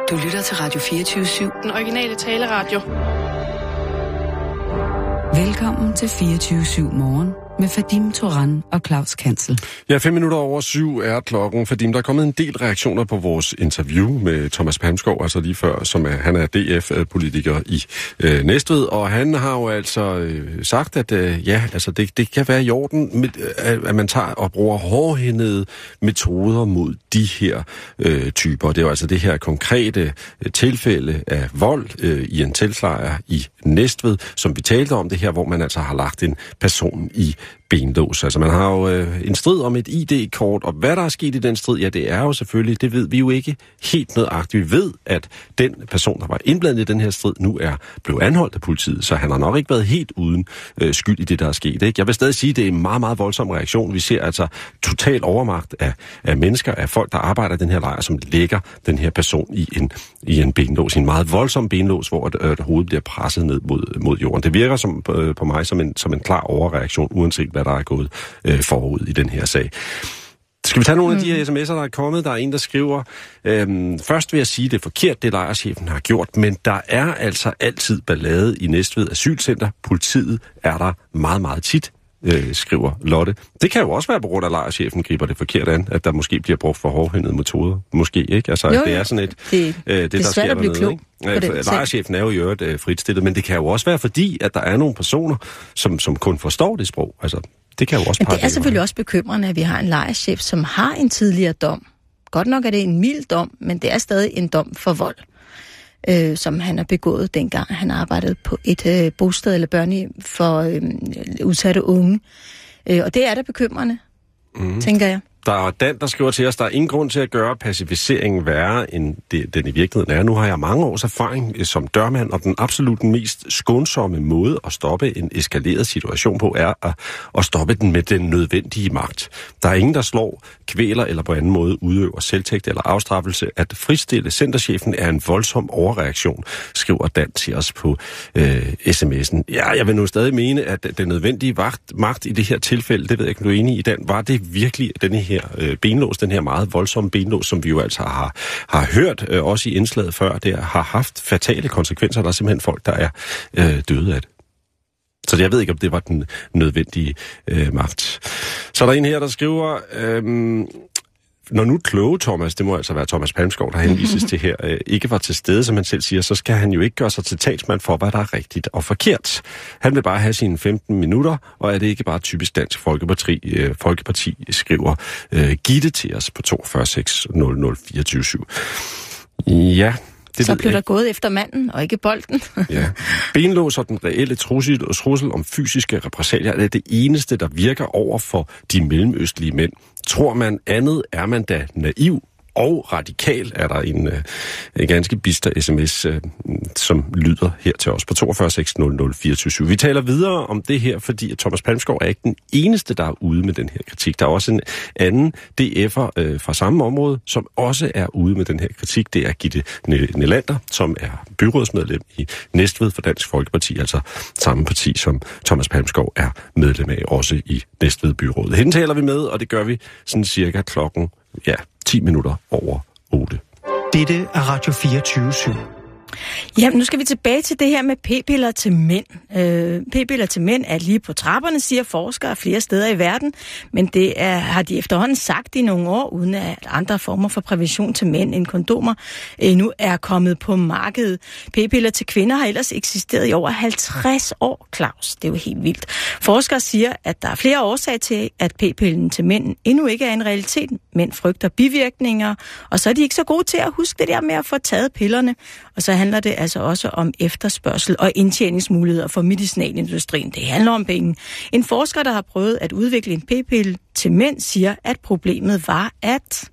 Du lytter til Radio 24/7. Den originale taleradio. Velkommen til 24/7 morgen med Fadim Turan og Claus Kansel. Ja, 5:07 er klokken, fordi der er kommet en del reaktioner på vores interview med Thomas Palmskov, altså lige før, han er DF-politiker i Næstved, og han har jo altså sagt, at det kan være i orden, at man tager og bruger hårdhændede metoder mod de her typer. Det er jo altså det her konkrete tilfælde af vold i en teltlejr i Næstved, som vi talte om, det her, hvor man altså har lagt en person i benlås. Altså man har jo en strid om et ID-kort, og hvad der er sket i den strid, ja, det er jo selvfølgelig, det ved vi jo ikke helt nøjagtigt. Vi ved, at den person, der var indblandet i den her strid, nu er blevet anholdt af politiet, så han har nok ikke været helt uden skyld i det, der er sket. Ikke? Jeg vil stadig sige, at det er en meget, meget voldsom reaktion. Vi ser altså total overmagt af mennesker, af folk, der arbejder i den her lejr, som lægger den her person i en benlås, i en meget voldsom benlås, hvor hovedet bliver presset ned mod jorden. Det virker på mig som en klar overreaktion, uanset hvad der er gået forud i den her sag. Skal vi tage nogle af de her sms'er, der er kommet? Der er en, der skriver, først vil jeg sige, det er forkert, det lejrchefen har gjort, men der er altså altid ballade i Næstved Asylcenter. Politiet er der meget, meget tit, skriver Lotte. Det kan jo også være på grund af, at lejrchefen griber det forkert an, at der måske bliver brugt for hårdhændede metoder. Måske ikke. Altså, jo, det er sådan det der sker at blive klog. Lejrchefen er jo i øvrigt fritstillet, men det kan jo også være fordi, at der er nogle personer, som kun forstår det sprog. Altså, det kan jo også det er selvfølgelig også bekymrende, at vi har en lejrchef, som har en tidligere dom. Godt nok er det en mild dom, men det er stadig en dom for vold, som han har begået dengang han arbejdede på et bosted eller børnehjem for udsatte unge. Og det er da bekymrende, tænker jeg. Der er Dan, der skriver til os, der er ingen grund til at gøre pacificeringen værre, end den i virkeligheden er. Nu har jeg mange års erfaring som dørmand, og den absolut mest skånsomme måde at stoppe en eskaleret situation på, er at stoppe den med den nødvendige magt. Der er ingen, der slår, kvæler eller på anden måde udøver selvtægt eller afstraffelse. At fristille centerchefen er en voldsom overreaktion, skriver Dan til os på sms'en. Ja, jeg vil nu stadig mene, at den nødvendige magt i det her tilfælde, det ved jeg ikke, om du er enig i, Dan, var det virkelig denne her benlås, den her meget voldsomme benlås, som vi jo altså har hørt også i indslaget før, det har haft fatale konsekvenser. Der er simpelthen folk, der er døde af det. Så jeg ved ikke, om det var den nødvendige magt. Så er der en her, der skriver, når nu kloge Thomas, det må altså være Thomas Palmskov, der henvises til her, ikke var til stede, som han selv siger, så skal han jo ikke gøre sig til talsmand for, hvad der er rigtigt og forkert. Han vil bare have sine 15 minutter, og er det ikke bare typisk Dansk Folkeparti skriver Gitte til os på 42 6 00 24 Ja. Så blev der gået efter manden, og ikke bolden. Ja. Benlås og den reelle trussel om fysiske repressalier er det eneste, der virker over for de mellemøstlige mænd. Tror man andet, er man da naiv og radikal, er der en ganske bister sms, som lyder her til os på 42 6 00 24 Vi taler videre om det her, fordi at Thomas Palmskov er ikke den eneste, der er ude med den her kritik. Der er også en anden DF'er fra samme område, som også er ude med den her kritik. Det er Gitte Nelander, som er byrådsmedlem i Næstved for Dansk Folkeparti, altså samme parti, som Thomas Palmskov er medlem af, også i Næstved byrådet. Hende taler vi med, og det gør vi sådan cirka klokken 10 minutter over 8. Dette er Radio 24/7. Ja, nu skal vi tilbage til det her med p-piller til mænd. P-piller til mænd er lige på trapperne, siger forskere flere steder i verden, men det har de efterhånden sagt i nogle år, uden at andre former for prævention til mænd end kondomer nu er kommet på markedet. P-piller til kvinder har ellers eksisteret i over 50 år, Claus. Det er jo helt vildt. Forskere siger, at der er flere årsager til, at p-pillen til mænd endnu ikke er en realitet. Mænd frygter bivirkninger, og så er de ikke så gode til at huske det der med at få taget pillerne. Og så handler det altså også om efterspørgsel og indtjeningsmuligheder for medicinalindustrien. Det handler om penge. En forsker, der har prøvet at udvikle en p-pille til mænd, siger, at problemet var, at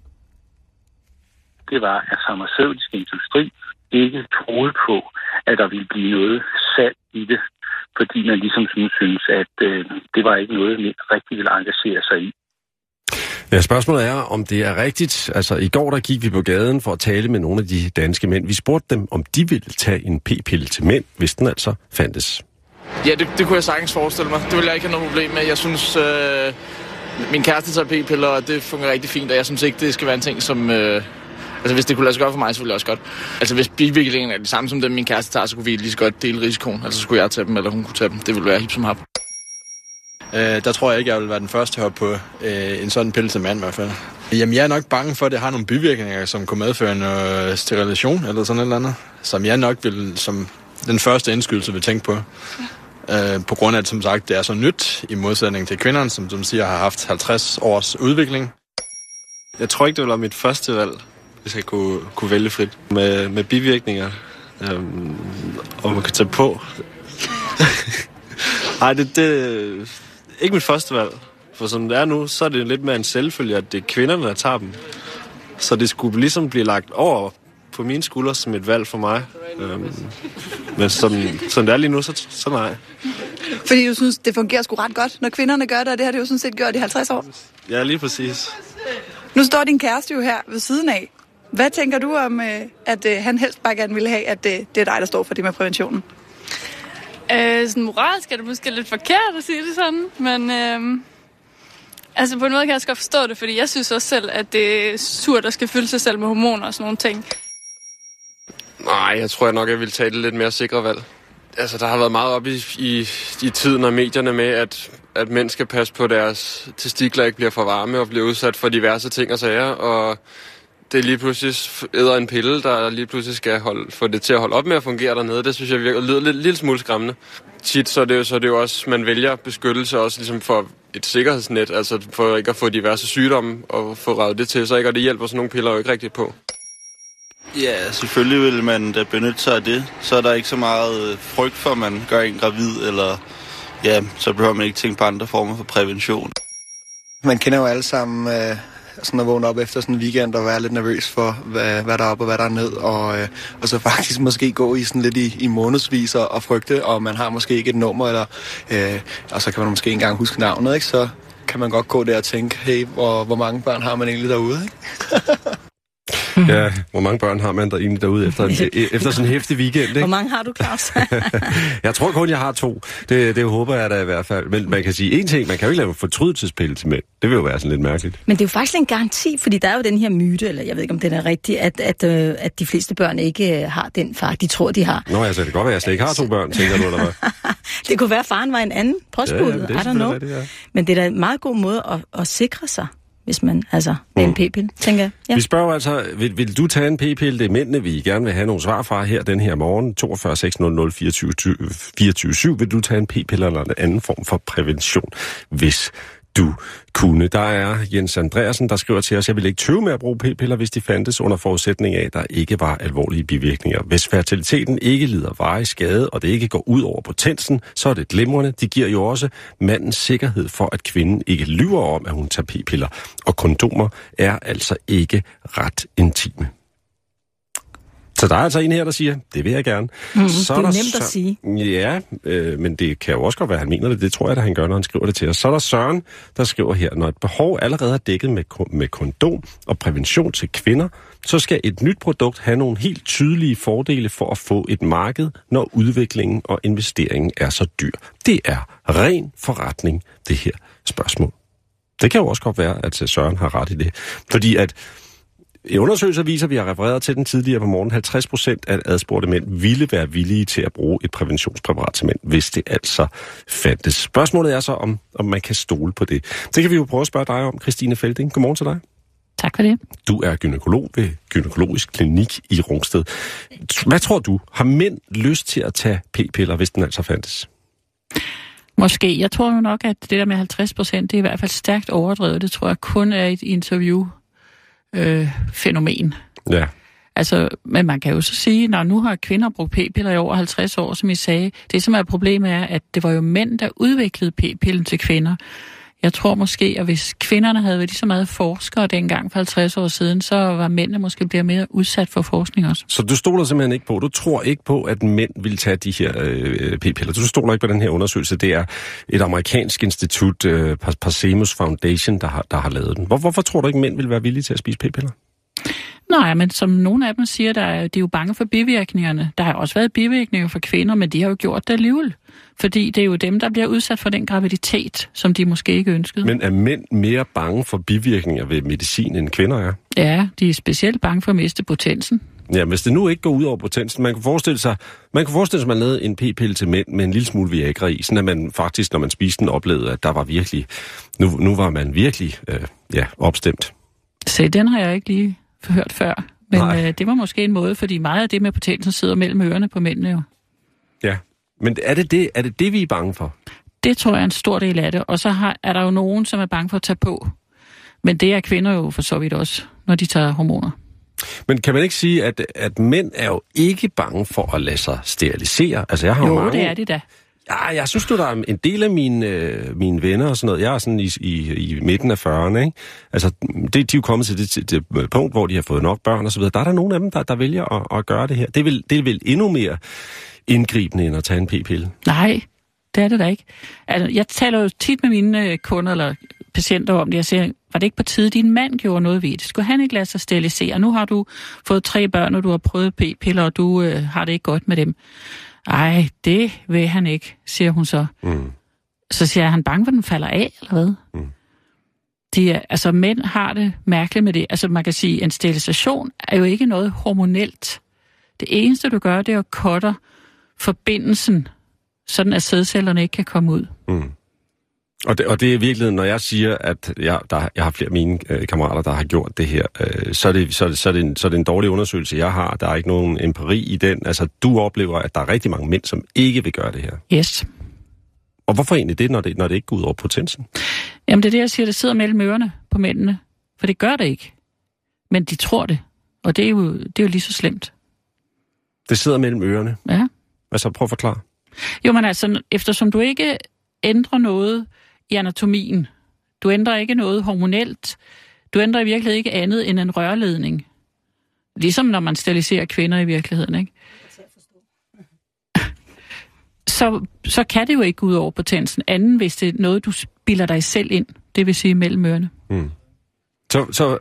det var, at farmaceutisk industri ikke troede på, at der ville blive noget salg i det, fordi man ligesom synes, at det var ikke noget, man rigtig ville engagere sig i. Ja, spørgsmålet er, om det er rigtigt. Altså, i går der gik vi på gaden for at tale med nogle af de danske mænd. Vi spurgte dem, om de ville tage en p-pille til mænd, hvis den altså fandtes. Ja, det kunne jeg sagtens forestille mig. Det ville jeg ikke have noget problem med. Jeg synes, min kæreste tager p-piller, og det fungerer rigtig fint, og jeg synes ikke, det skal være en ting, som Altså hvis det kunne lade sig godt for mig, så ville jeg også godt. Altså hvis bivirkningerne er de samme som dem, min kæreste tager, så kunne vi lige så godt dele risikoen. Altså så skulle jeg tage dem, eller hun kunne tage dem. Det ville være hip som hap. Der tror jeg ikke, jeg vil være den første at hoppe på en sådan pille til mand i hvert fald. Jamen, jeg er nok bange for, at det har nogle bivirkninger, som kunne medføre en sterilisation eller sådan et eller andet, som jeg nok vil, som den første indskydelse vil tænke på. På grund af, at som sagt, det er så nyt i modsætning til kvinderne, som du siger, har haft 50 års udvikling. Jeg tror ikke, det vil være mit første valg, hvis jeg kunne vælge frit med bivirkninger, og man kan tage på. Nej, det er ikke mit første valg. For som det er nu, så er det lidt mere en selvfølge, at det er kvinderne, der tager dem. Så det skulle ligesom blive lagt over på mine skuldre som et valg for mig. Men som det er lige nu, så nej. Fordi du synes, det fungerer sgu ret godt, når kvinderne gør det, og det har det jo sådan set gjort i 50 år. Ja, lige præcis. Nu står din kæreste jo her ved siden af. Hvad tænker du om, at han helst bare gerne ville have, at det er dig, der står for det med præventionen? Sådan moralsk er det måske lidt forkert at sige det sådan, men altså på en måde kan jeg også godt forstå det, fordi jeg synes også selv, at det er surt at skal fylde sig selv med hormoner og sådan nogle ting. Nej, jeg tror nok, jeg vil tage det lidt mere sikre valg. Altså, der har været meget op i tiden og medierne med, at mænd skal passe på deres testikler ikke bliver for varme og bliver udsat for diverse ting og sager, og det lige pludselig æder en pille, der lige pludselig skal få det til at holde op med at fungere dernede. Det synes jeg lyder lidt lille smule skræmmende. Tit så er det jo også, man vælger beskyttelse også ligesom for et sikkerhedsnet, altså for ikke at få diverse sygdomme og få ravet det til sig, ikke? Og det hjælper sådan nogle piller jo ikke rigtigt på. Ja, selvfølgelig vil man da benytte sig af det. Så er der ikke så meget frygt for, at man gør en gravid, eller ja, så behøver man ikke tænke på andre former for prævention. Man kender jo alle sammen sådan at vågne op efter sådan en weekend og være lidt nervøs for, hvad der er op og hvad der er ned, og så faktisk måske gå i sådan lidt i månedsvis og frygte, og man har måske ikke et nummer, eller, og så kan man måske ikke engang huske navnet, ikke? Så kan man godt gå der og tænke, hey, hvor mange børn har man egentlig derude, ikke? Ja, hvor mange børn har man der egentlig derude efter sådan en hæftig weekend, ikke? Hvor mange har du, Claus? Jeg tror kun, jeg har 2. Det håber jeg da i hvert fald. Men man kan sige en ting, man kan jo ikke lave fortrydelsespille til mænd. Det vil jo være sådan lidt mærkeligt. Men det er jo faktisk en garanti, fordi der er jo den her myte, eller jeg ved ikke, om den er rigtig, at de fleste børn ikke har den far, de tror, de har. Nå, altså det kan godt være, at jeg slet ikke har 2 børn, tænker du, eller hvad? Det kunne være, at faren var en anden postbud. Ja, I don't know. Men det er da en meget god måde at sikre sig, hvis man med en p-pille, tænker jeg. Ja. Vi spørger altså, vil du tage en p-pille? Det er mændene, vi gerne vil have nogle svar fra her den her morgen. 42 600 24 Vil du tage en p-pille eller en anden form for prævention, hvis du kunne? Der er Jens Andreasen, der skriver til os, jeg vil ikke tøve med at bruge p-piller, hvis de fandtes under forudsætning af, at der ikke var alvorlige bivirkninger. Hvis fertiliteten ikke lider varig skade, og det ikke går ud over potensen, så er det glimrende. De giver jo også mandens sikkerhed for, at kvinden ikke lyver om, at hun tager p-piller. Og kondomer er altså ikke ret intime. Så der er altså en her, der siger, det vil jeg gerne. Så det er nemt at sige. Ja, men det kan jo også godt være, at han mener det. Det tror jeg, at han gør, når han skriver det til os. Så er der Søren, der skriver her, når et behov allerede er dækket med kondom og prævention til kvinder, så skal et nyt produkt have nogle helt tydelige fordele for at få et marked, når udviklingen og investeringen er så dyr. Det er ren forretning, det her spørgsmål. Det kan jo også godt være, at Søren har ret i det. Fordi at i undersøgelser viser, vi har refereret til den tidligere på morgen, 50% af adspurgte mænd ville være villige til at bruge et præventionspræparat til mænd, hvis det altså fandtes. Spørgsmålet er så, om man kan stole på det. Det kan vi jo prøve at spørge dig om, Christine Felding. Godmorgen til dig. Tak for det. Du er gynækolog ved Gynækologisk Klinik i Rungsted. Hvad tror du? Har mænd lyst til at tage p-piller, hvis den altså fandtes? Måske. Jeg tror jo nok, at det der med 50%, det er i hvert fald stærkt overdrevet. Det tror jeg kun er et interview. Fænomen. Ja. Altså, men man kan jo så sige, når nu har kvinder brugt p-piller i over 50 år, som I sagde, det som er problemet er, at det var jo mænd, der udviklede p-pillen til kvinder. Jeg tror måske, at hvis kvinderne havde været lige så meget forskere dengang for 50 år siden, så var mændene måske bliver mere udsat for forskning også. Så du stoler simpelthen ikke på, du tror ikke på, at mænd vil tage de her p-piller? Du stoler ikke på den her undersøgelse? Det er et amerikansk institut, Parsemus Foundation, der har lavet den. Hvorfor tror du ikke, mænd vil være villige til at spise p-piller? Nej, men som nogle af dem siger, de er jo bange for bivirkningerne. Der har også været bivirkninger for kvinder, men de har jo gjort det alligevel. Fordi det er jo dem, der bliver udsat for den graviditet, som de måske ikke ønskede. Men er mænd mere bange for bivirkninger ved medicin, end kvinder er? Ja, de er specielt bange for at miste potensen. Ja, hvis det nu ikke går ud over potensen, man kan forestille sig, at man lavede en p-pille til mænd med en lille smule Viagra i, sådan at man faktisk, når man spiste den, oplevede, at der var virkelig, nu var man virkelig opstemt. Se, den har jeg ikke lige hørt før, men det var måske en måde, fordi meget af det med potensen sidder mellem ørerne på mændene jo. Ja, men er det det, vi er bange for? Det tror jeg er en stor del af det, og så er der jo nogen, som er bange for at tage på. Men det er kvinder jo for så vidt også, når de tager hormoner. Men kan man ikke sige, at mænd er jo ikke bange for at lade sig sterilisere? Altså, jeg har jo, mange... det er de da. Ja, jeg synes der er en del af mine venner og sådan noget. Jeg er sådan i midten af 40'erne, ikke? Altså, de er jo kommet til det punkt, hvor de har fået nok børn og så videre. Der er der nogen af dem, der vælger at gøre det her. Det er vel endnu mere indgribende, end at tage en p-pille? Nej, det er det da ikke. Altså, jeg taler jo tit med mine kunder eller patienter om det. Jeg siger, var det ikke på tide, din mand gjorde noget ved det? Skulle han ikke lade sig sterilisere? Nu har du fået 3 børn, og du har prøvet p-piller, og du har det ikke godt med dem. Ej, det vil han ikke, siger hun så. Så siger jeg, han bange for, den falder af, eller hvad? Mænd har det mærkeligt med det. Altså, man kan sige, en sterilisation er jo ikke noget hormonelt. Det eneste, du gør, det er at cutter forbindelsen, sådan at sædcellerne ikke kan komme ud. Og det er virkelig, når jeg siger, at jeg har flere af mine kammerater, der har gjort det her, så er det en dårlig undersøgelse, jeg har. Der er ikke nogen empiri i den. Altså, du oplever, at der er rigtig mange mænd, som ikke vil gøre det her. Yes. Og hvorfor egentlig det, når det ikke går ud over potensen? Jamen, det er det, jeg siger, det sidder mellem ørerne på mændene. For det gør det ikke. Men de tror det. Og det er jo lige så slemt. Det sidder mellem ørerne? Ja. Altså, prøv at forklare. Jo, men altså, eftersom du ikke ændrer noget i anatomien, du ændrer ikke noget hormonelt, du ændrer i virkeligheden ikke andet end en rørledning. Ligesom når man steriliserer kvinder i virkeligheden, ikke? Så kan det jo ikke gå ud over potensen, anden hvis det er noget, du spilder dig selv ind, det vil sige mellem ørerne. Så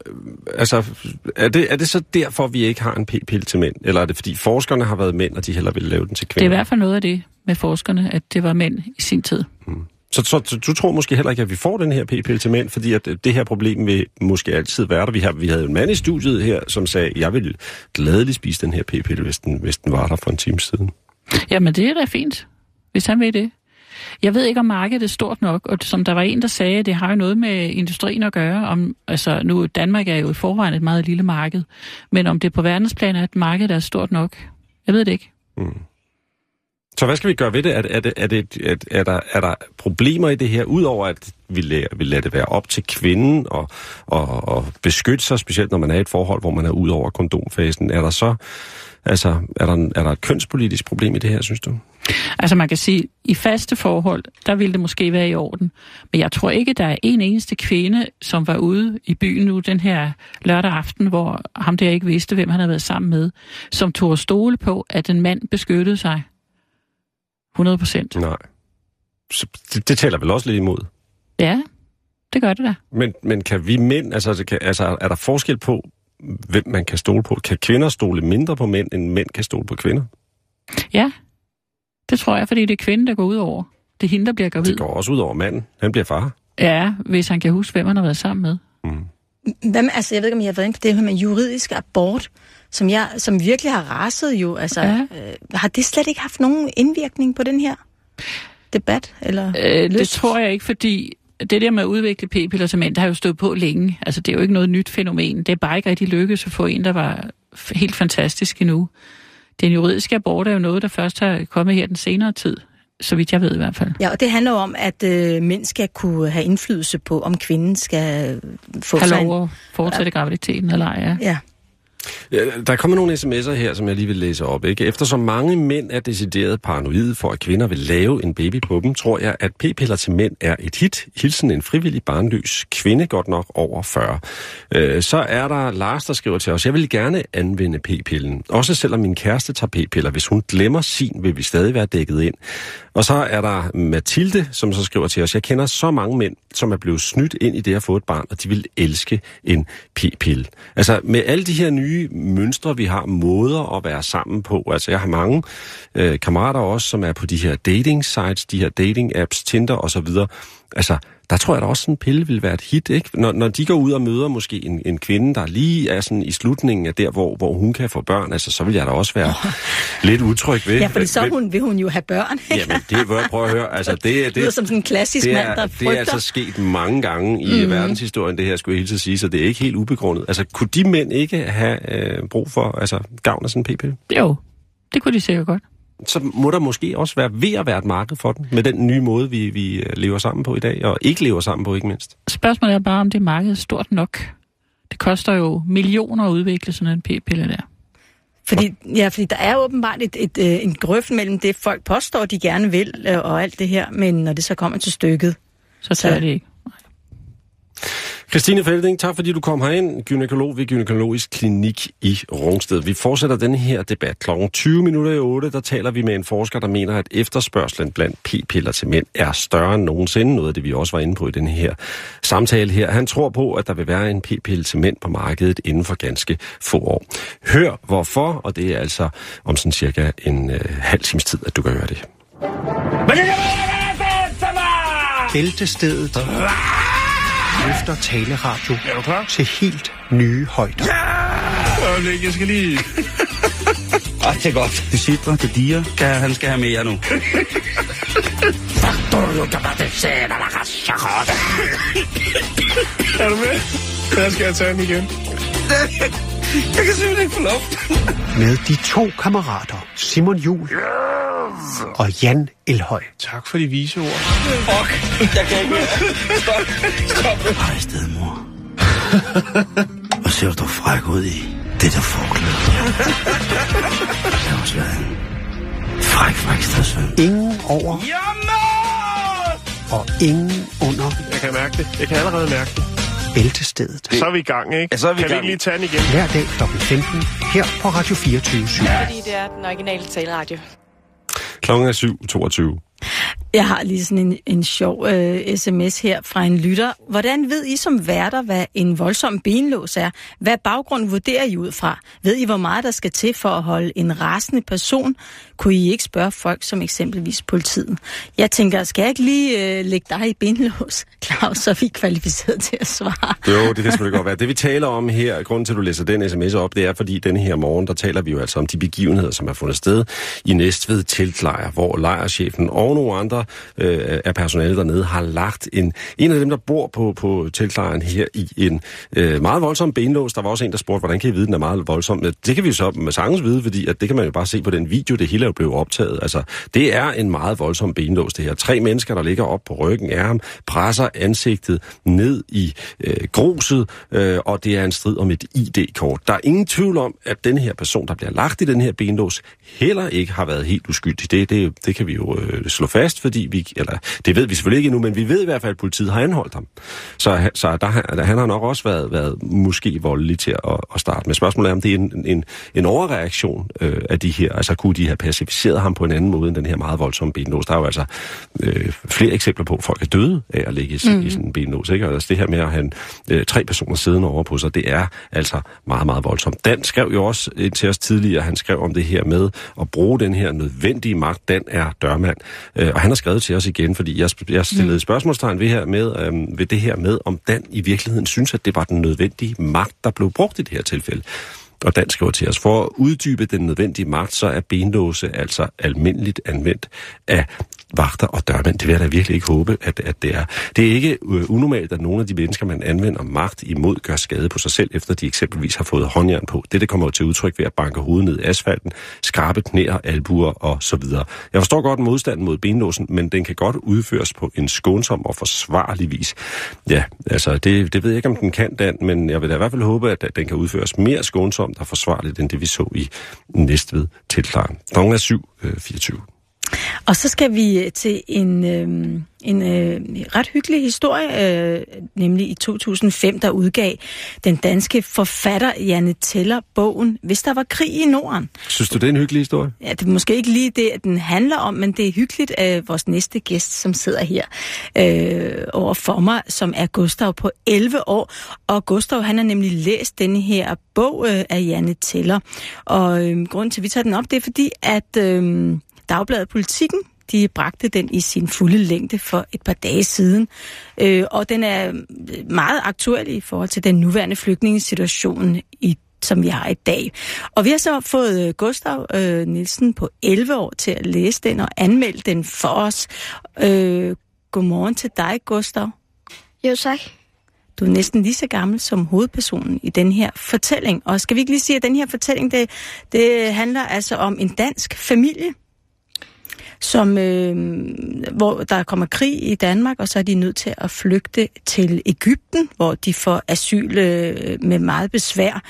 er det så derfor, vi ikke har en p-pille til mænd? Eller er det fordi forskerne har været mænd, og de hellere ville lave den til kvinder? Det er i hvert fald noget af det med forskerne, at det var mænd i sin tid. Så du tror måske heller ikke, at vi får den her p-pille til mænd, fordi at det her problem vil måske altid være der. Vi havde en mand i studiet her, som sagde, jeg vil gladeligt spise den her p-pille, hvis den var der for en time siden. Jamen, det er da fint, hvis han vil det. Jeg ved ikke, om markedet er stort nok, og som der var en, der sagde, det har jo noget med industrien at gøre. Nu Danmark er jo i forvejen et meget lille marked, men om det på verdensplan er et marked, der er stort nok, jeg ved det ikke. Så hvad skal vi gøre ved det? Er der problemer i det her, udover at vi lader det være op til kvinden og beskytte sig, specielt når man er i et forhold, hvor man er ud over kondomfasen? Er der så, er der et kønspolitisk problem i det her, synes du? Altså man kan sige, i faste forhold, der ville det måske være i orden. Men jeg tror ikke, der er en eneste kvinde, som var ude i byen nu den her lørdag aften, hvor ham der ikke vidste, hvem han havde været sammen med, som tog at stole på, at en mand beskyttede sig 100%. Nej. Så det taler vel også lidt imod? Ja, det gør det da. Men kan vi mænd, er der forskel på, hvem man kan stole på? Kan kvinder stole mindre på mænd, end mænd kan stole på kvinder? Ja, det tror jeg, fordi det er kvinden, der går ud over. Det er hende, der bliver gravid. Det går også ud over manden. Han bliver far. Ja, hvis han kan huske, hvem han har været sammen med. Jeg ved ikke, om jeg har været inde på det her med juridisk abort, som virkelig har raset jo. Har det slet ikke haft nogen indvirkning på den her debat? Eller det tror jeg ikke, fordi det der med at udvikle p-piller til mænd, der har jo stået på længe. Altså, det er jo ikke noget nyt fænomen. Det er bare ikke rigtig lykkedes at få en, der var helt fantastisk endnu. Den juridiske abort er jo noget, der først har kommet her den senere tid, så vidt jeg ved i hvert fald. Ja, og det handler om, at mænd skal kunne have indflydelse på, om kvinden skal få have lov at fortsætte graviditeten eller ej. Ja. Ja, der kommer nogle sms'er her, som jeg lige vil læse op. Ikke? Eftersom mange mænd er decideret paranoide for, at kvinder vil lave en baby på dem, tror jeg, at p-piller til mænd er et hit. Hilsen en frivillig barnløs kvinde, godt nok over 40. Så er der Lars, der skriver til os, jeg vil gerne anvende p-pillen. Også selvom min kæreste tager p-piller. Hvis hun glemmer sin, vil vi stadig være dækket ind. Og så er der Mathilde, som så skriver til os, jeg kender så mange mænd, som er blevet snydt ind i det at få et barn, og de vil elske en p-pille. Altså med alle de her nye mønstre, vi har, måder at være sammen på. Altså jeg har mange kammerater også, som er på de her dating sites, de her dating apps, Tinder og så videre. Altså der tror jeg da også, sådan en pille vil være et hit, ikke? Når de går ud og møder måske en kvinde, der lige er sådan i slutningen af der, hvor hun kan få børn, altså så vil jeg da også være lidt utryg ved. Ja, for så vil hun jo have børn. Jamen, det prøv at høre. Altså, det lyder som sådan en klassisk mand, der frygter. Det er altså sket mange gange i verdenshistorien, det her skulle jeg hilse at sige, så det er ikke helt ubegrundet. Altså, kunne de mænd ikke have brug for gavn af sådan en p-pille? Jo, det kunne de sikkert godt. Så må der måske også være ved at være et marked for den, med den nye måde, vi lever sammen på i dag, og ikke lever sammen på, ikke mindst. Spørgsmålet er bare, om det marked er stort nok. Det koster jo millioner at udvikle sådan en p-pille der. Fordi der er åbenbart en grøft mellem det, folk påstår, de gerne vil, og alt det her, men når det så kommer til stykket, så tager det ikke. Christine Felding, tak fordi du kom herind, gynækolog ved Gynækologisk Klinik i Rungsted. Vi fortsætter denne her debat. Klokken 20:08, der taler vi med en forsker, der mener, at efterspørgslen blandt p-piller til mænd er større end nogensinde. Noget af det, vi også var inde på i denne her samtale her. Han tror på, at der vil være en p-pille til mænd på markedet inden for ganske få år. Hør hvorfor, og det er altså om sådan cirka en halv times tid, at du kan høre det. Bæltestedet løfter taleradio til helt nye højder. Ja! Jeg skal lige... Ej, det er godt. Det sidder, det diger. Han skal have mere nu. Er du med? Der skal jeg tage den igen. Jeg kan simpelthen ikke få luft. Med de to kammerater, Simon Juhl og Jan Elhøj. Tak for de vise ord. Fuck, jeg kan ikke mere. Stop nu. Hej, stedmor. Hvor ser du fræk ud i det der forklæde? Det har også været en fræk stedsøn. Ingen over. Og ingen under. Jeg kan mærke det. Jeg kan allerede mærke det. Bæltestedet. Så er vi i gang, ikke? Ja, så er vi kan vi ikke lige tage den igen? Hver dag kl. 15 her på Radio 24/7. Ja, fordi det er den originale taleradio. Klokken er 7:22. Jeg har lige sådan en sjov sms her fra en lytter. Hvordan ved I som værter, hvad en voldsom benlås er? Hvad baggrund vurderer I ud fra? Ved I, hvor meget der skal til for at holde en rasende person? Kunne I ikke spørge folk som eksempelvis politiet? Jeg tænker, skal jeg ikke lige lægge dig i benlås, Claus, så er vi kvalificeret til at svare? Jo, det kan selvfølgelig godt være. Det vi taler om her, grunden til, at du læser den sms op, det er, fordi denne her morgen, der taler vi jo altså om de begivenheder, som er fundet sted i Næstved teltlejr, hvor lejrchefen og nogle andre af personalet dernede har lagt en af dem, der bor på teltlejren her i en meget voldsom benlås. Der var også en, der spurgte, hvordan kan I vide, den er meget voldsom? Det kan vi jo så med sagtens vide, fordi at det kan man jo bare se på den video, det hele er jo blevet optaget. Altså, det er en meget voldsom benlås, det her. 3 mennesker, der ligger op på ryggen af ham, presser ansigtet ned i gruset, og det er en strid om et ID-kort. Der er ingen tvivl om, at den her person, der bliver lagt i den her benlås, heller ikke har været helt uskyldig. Det kan vi jo slå fast, fordi det ved vi selvfølgelig ikke endnu, men vi ved i hvert fald, at politiet har anholdt ham. Så han har nok også været måske voldelig til at starte med. Spørgsmålet er, om det er en overreaktion af de her. Altså, kunne de have pacificeret ham på en anden måde end den her meget voldsomme benlås? Der er jo altså flere eksempler på, at folk er døde af at ligge i sådan en benlås. Ikke? Altså, det her med at have 3 personer siddende over på sig, det er altså meget, meget voldsomt. Dan skrev jo også til os tidligere, han skrev om det her med at bruge den her nødvendige magt. Dan er dørmand. Og han har skrevet til os igen, fordi jeg stillede spørgsmålstegn ved det her med, om Dan i virkeligheden synes, at det var den nødvendige magt, der blev brugt i det her tilfælde. Og Dan skriver til os, for at uddybe den nødvendige magt, så er benlåse altså almindeligt anvendt af vagter og dørmænd. Det vil jeg da virkelig ikke håbe, at det er. Det er ikke unormalt, at nogle af de mennesker, man anvender magt imod, gør skade på sig selv, efter de eksempelvis har fået håndjern på. Det kommer jo til udtryk ved at banke hovedet ned i asfalten, skarpe knæer, albuer og så videre. Jeg forstår godt modstanden mod benlåsen, men den kan godt udføres på en skånsom og forsvarlig vis. Ja, altså det ved jeg ikke, om den kan, Dan, men jeg vil da i hvert fald håbe, at den kan udføres mere skånsomt om, der er forsvarligt, end det vi så i Næstved teltlejren. Klokken er 7:24. Og så skal vi til en ret hyggelig historie, nemlig i 2005, der udgav den danske forfatter Janne Teller bogen Hvis der var krig i Norden. Synes du, det er en hyggelig historie? Ja, det er måske ikke lige det, den handler om, men det er hyggeligt af vores næste gæst, som sidder her over for mig, som er Gustav på 11 år. Og Gustav, han har nemlig læst denne her bog af Janne Teller. Og grunden til, at vi tager den op, det er fordi, at Dagbladet Politikken, de bragte den i sin fulde længde for et par dage siden. Og den er meget aktuel i forhold til den nuværende flygtningesituation, som vi har i dag. Og vi har så fået Gustav Nielsen på 11 år til at læse den og anmelde den for os. Godmorgen til dig, Gustav. Jo, tak. Du er næsten lige så gammel som hovedpersonen i den her fortælling. Og skal vi ikke lige sige, at den her fortælling, det handler altså om en dansk familie, som, hvor der kommer krig i Danmark, og så er de nødt til at flygte til Egypten, hvor de får asyl med meget besvær.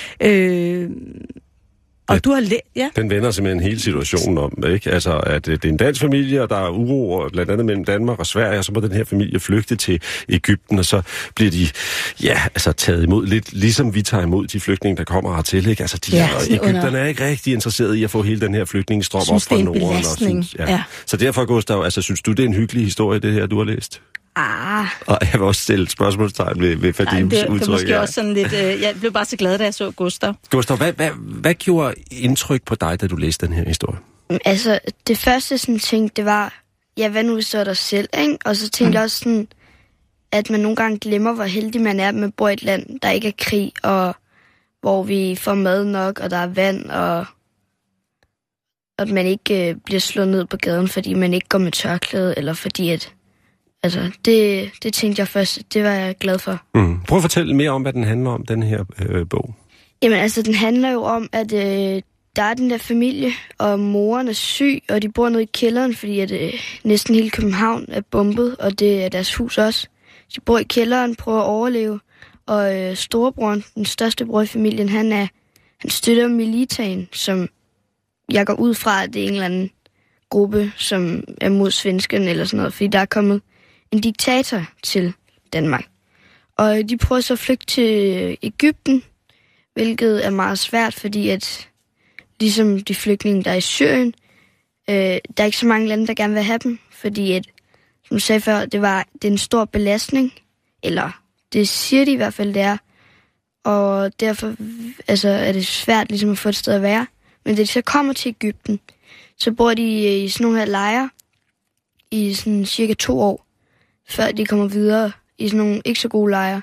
Og du har Den vender simpelthen hele situationen om, ikke? Altså, at det er en dansk familie, og der er uro blandt andet mellem Danmark og Sverige, og så må den her familie flygte til Egypten, og så bliver de, taget imod lidt, ligesom vi tager imod de flygtninge, der kommer hertil, ikke? Altså, Egypterne er ikke rigtig interesseret i at få hele den her flygtningestrøm op fra Norden. Så derfor, Gustav, synes du, det er en hyggelig historie, det her, du har læst? Og jeg vil også stille spørgsmålstegn ved Fadims udtryk. Det er måske også sådan lidt... jeg blev bare så glad, da jeg så Gustav. Gustav, hvad gjorde indtryk på dig, da du læste den her historie? Altså, det første sådan tænkte, det var, hvad nu så er der selv, ikke? Og så tænkte jeg også sådan, at man nogle gange glemmer, hvor heldig man er, at man bor i et land, der ikke er krig, og hvor vi får mad nok, og der er vand, og at man ikke bliver slået ned på gaden, fordi man ikke går med tørklæde, eller fordi at... Altså, det tænkte jeg først, det var jeg glad for. Prøv at fortælle mere om, hvad den handler om, den her bog. Jamen, altså, den handler jo om, at der er den der familie, og moren er syg, og de bor nede i kælderen, fordi at næsten hele København er bombet, og det er deres hus også. De bor i kælderen, prøver at overleve, og storebroren, den største bror i familien, han støtter Militaen, som jeg går ud fra, at det er en eller anden gruppe, som er mod svenskerne eller sådan noget, fordi der er kommet en diktator til Danmark. Og de prøver så at flygte til Egypten, hvilket er meget svært, fordi at ligesom de flygtninge, der er i Syrien, der er ikke så mange lande, der gerne vil have dem, fordi at, som du sagde før, det er en stor belastning, eller det siger de i hvert fald, det er, og derfor er det svært ligesom at få et sted at være. Men da de så kommer til Egypten, så bor de i sådan nogle her lejre i sådan cirka 2 år, før de kommer videre i sådan nogle ikke så gode lejre.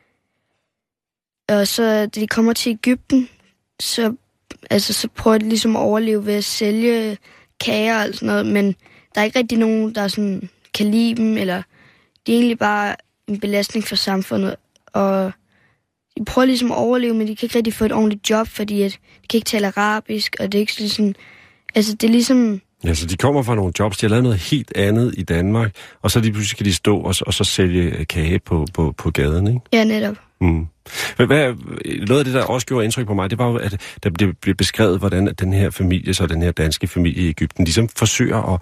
Og så da de kommer til Egypten, så prøver de ligesom at overleve ved at sælge kager og sådan noget, men der er ikke rigtig nogen, der sådan kan lide dem, eller det er egentlig bare en belastning for samfundet. Og de prøver ligesom at overleve, men de kan ikke rigtig få et ordentligt job, fordi at de kan ikke tale arabisk, og det er ikke sådan... Altså, det er ligesom... Ja, så de kommer fra nogle jobs, de har lavet noget helt andet i Danmark, og så lige pludselig kan de stå og så sælge kage på gaden, ikke? Ja, netop. Noget af det, der også gjorde indtryk på mig, det var jo, at der blev beskrevet, hvordan den her familie, så den her danske familie i Egypten, ligesom forsøger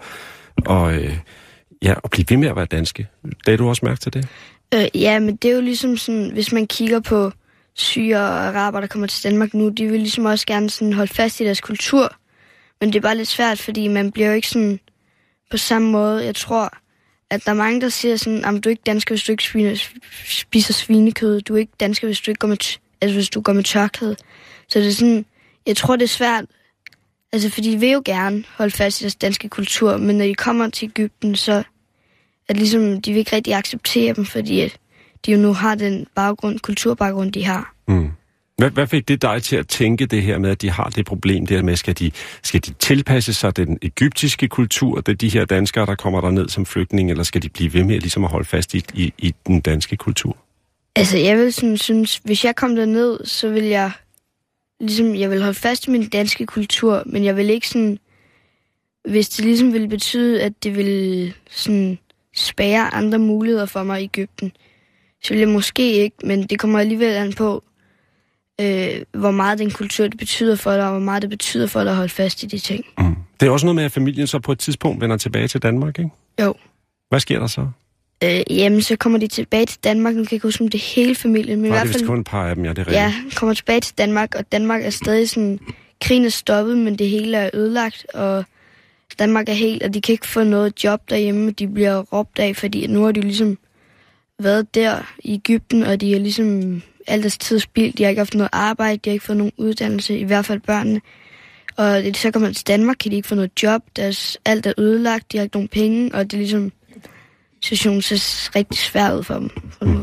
at blive ved med at være danske. Lagde du også mærke til det? Ja, men det er jo ligesom sådan, hvis man kigger på syre og araber, der kommer til Danmark nu, de vil ligesom også gerne sådan holde fast i deres kultur. Men det er bare lidt svært, fordi man bliver jo ikke sådan på samme måde. Jeg tror, at der er mange, der siger sådan, at du er ikke dansker, hvis du ikke spiser svinekød. Du er ikke dansker, hvis du ikke går med, hvis du går med tørklæde. Så det er sådan, jeg tror, det er svært. Altså, fordi de vil jo gerne holde fast i deres danske kultur, men når de kommer til Egypten, så er det ligesom, de vil ikke rigtig acceptere dem, fordi at de jo nu har den kulturbaggrund, de har. Hvad fik det dig til at tænke det her med, at de har det problem der med, skal de tilpasse sig den egyptiske kultur, det de her danskere, der kommer derned som flygtninge, eller skal de blive ved med ligesom at holde fast i den danske kultur? Altså, jeg vil sådan synes, hvis jeg kom derned, så vil jeg vil holde fast i min danske kultur, men jeg vil ikke sådan, hvis det ligesom ville betyde, at det ville sådan spærre andre muligheder for mig i Egypten, så vil jeg måske ikke, men det kommer alligevel an på, hvor meget den kultur det betyder for dig, og hvor meget det betyder for dig at holde fast i de ting. Mm. Det er også noget med, at familien så på et tidspunkt vender tilbage til Danmark, ikke? Jo. Hvad sker der så? Jamen, så kommer de tilbage til Danmark. Nu kan jeg ikke huske, om det er hele familien. Men i hvert fald, det er vist kun et par af dem, ja, det er rigtigt. Ja, kommer tilbage til Danmark, og Danmark er stadig sådan... Krigen er stoppet, men det hele er ødelagt, og Danmark er helt... Og de kan ikke få noget job derhjemme, de bliver råbt af, fordi nu har de ligesom været der i Egypten, og de har ligesom alt deres tid spildt. De har ikke haft noget arbejde, de har ikke fået nogen uddannelse, i hvert fald børnene. Og så kommer de til Danmark, kan de ikke få noget job, alt er ødelagt, de har ikke nogen penge, og det er ligesom... Situationen ser rigtig svært ud for dem.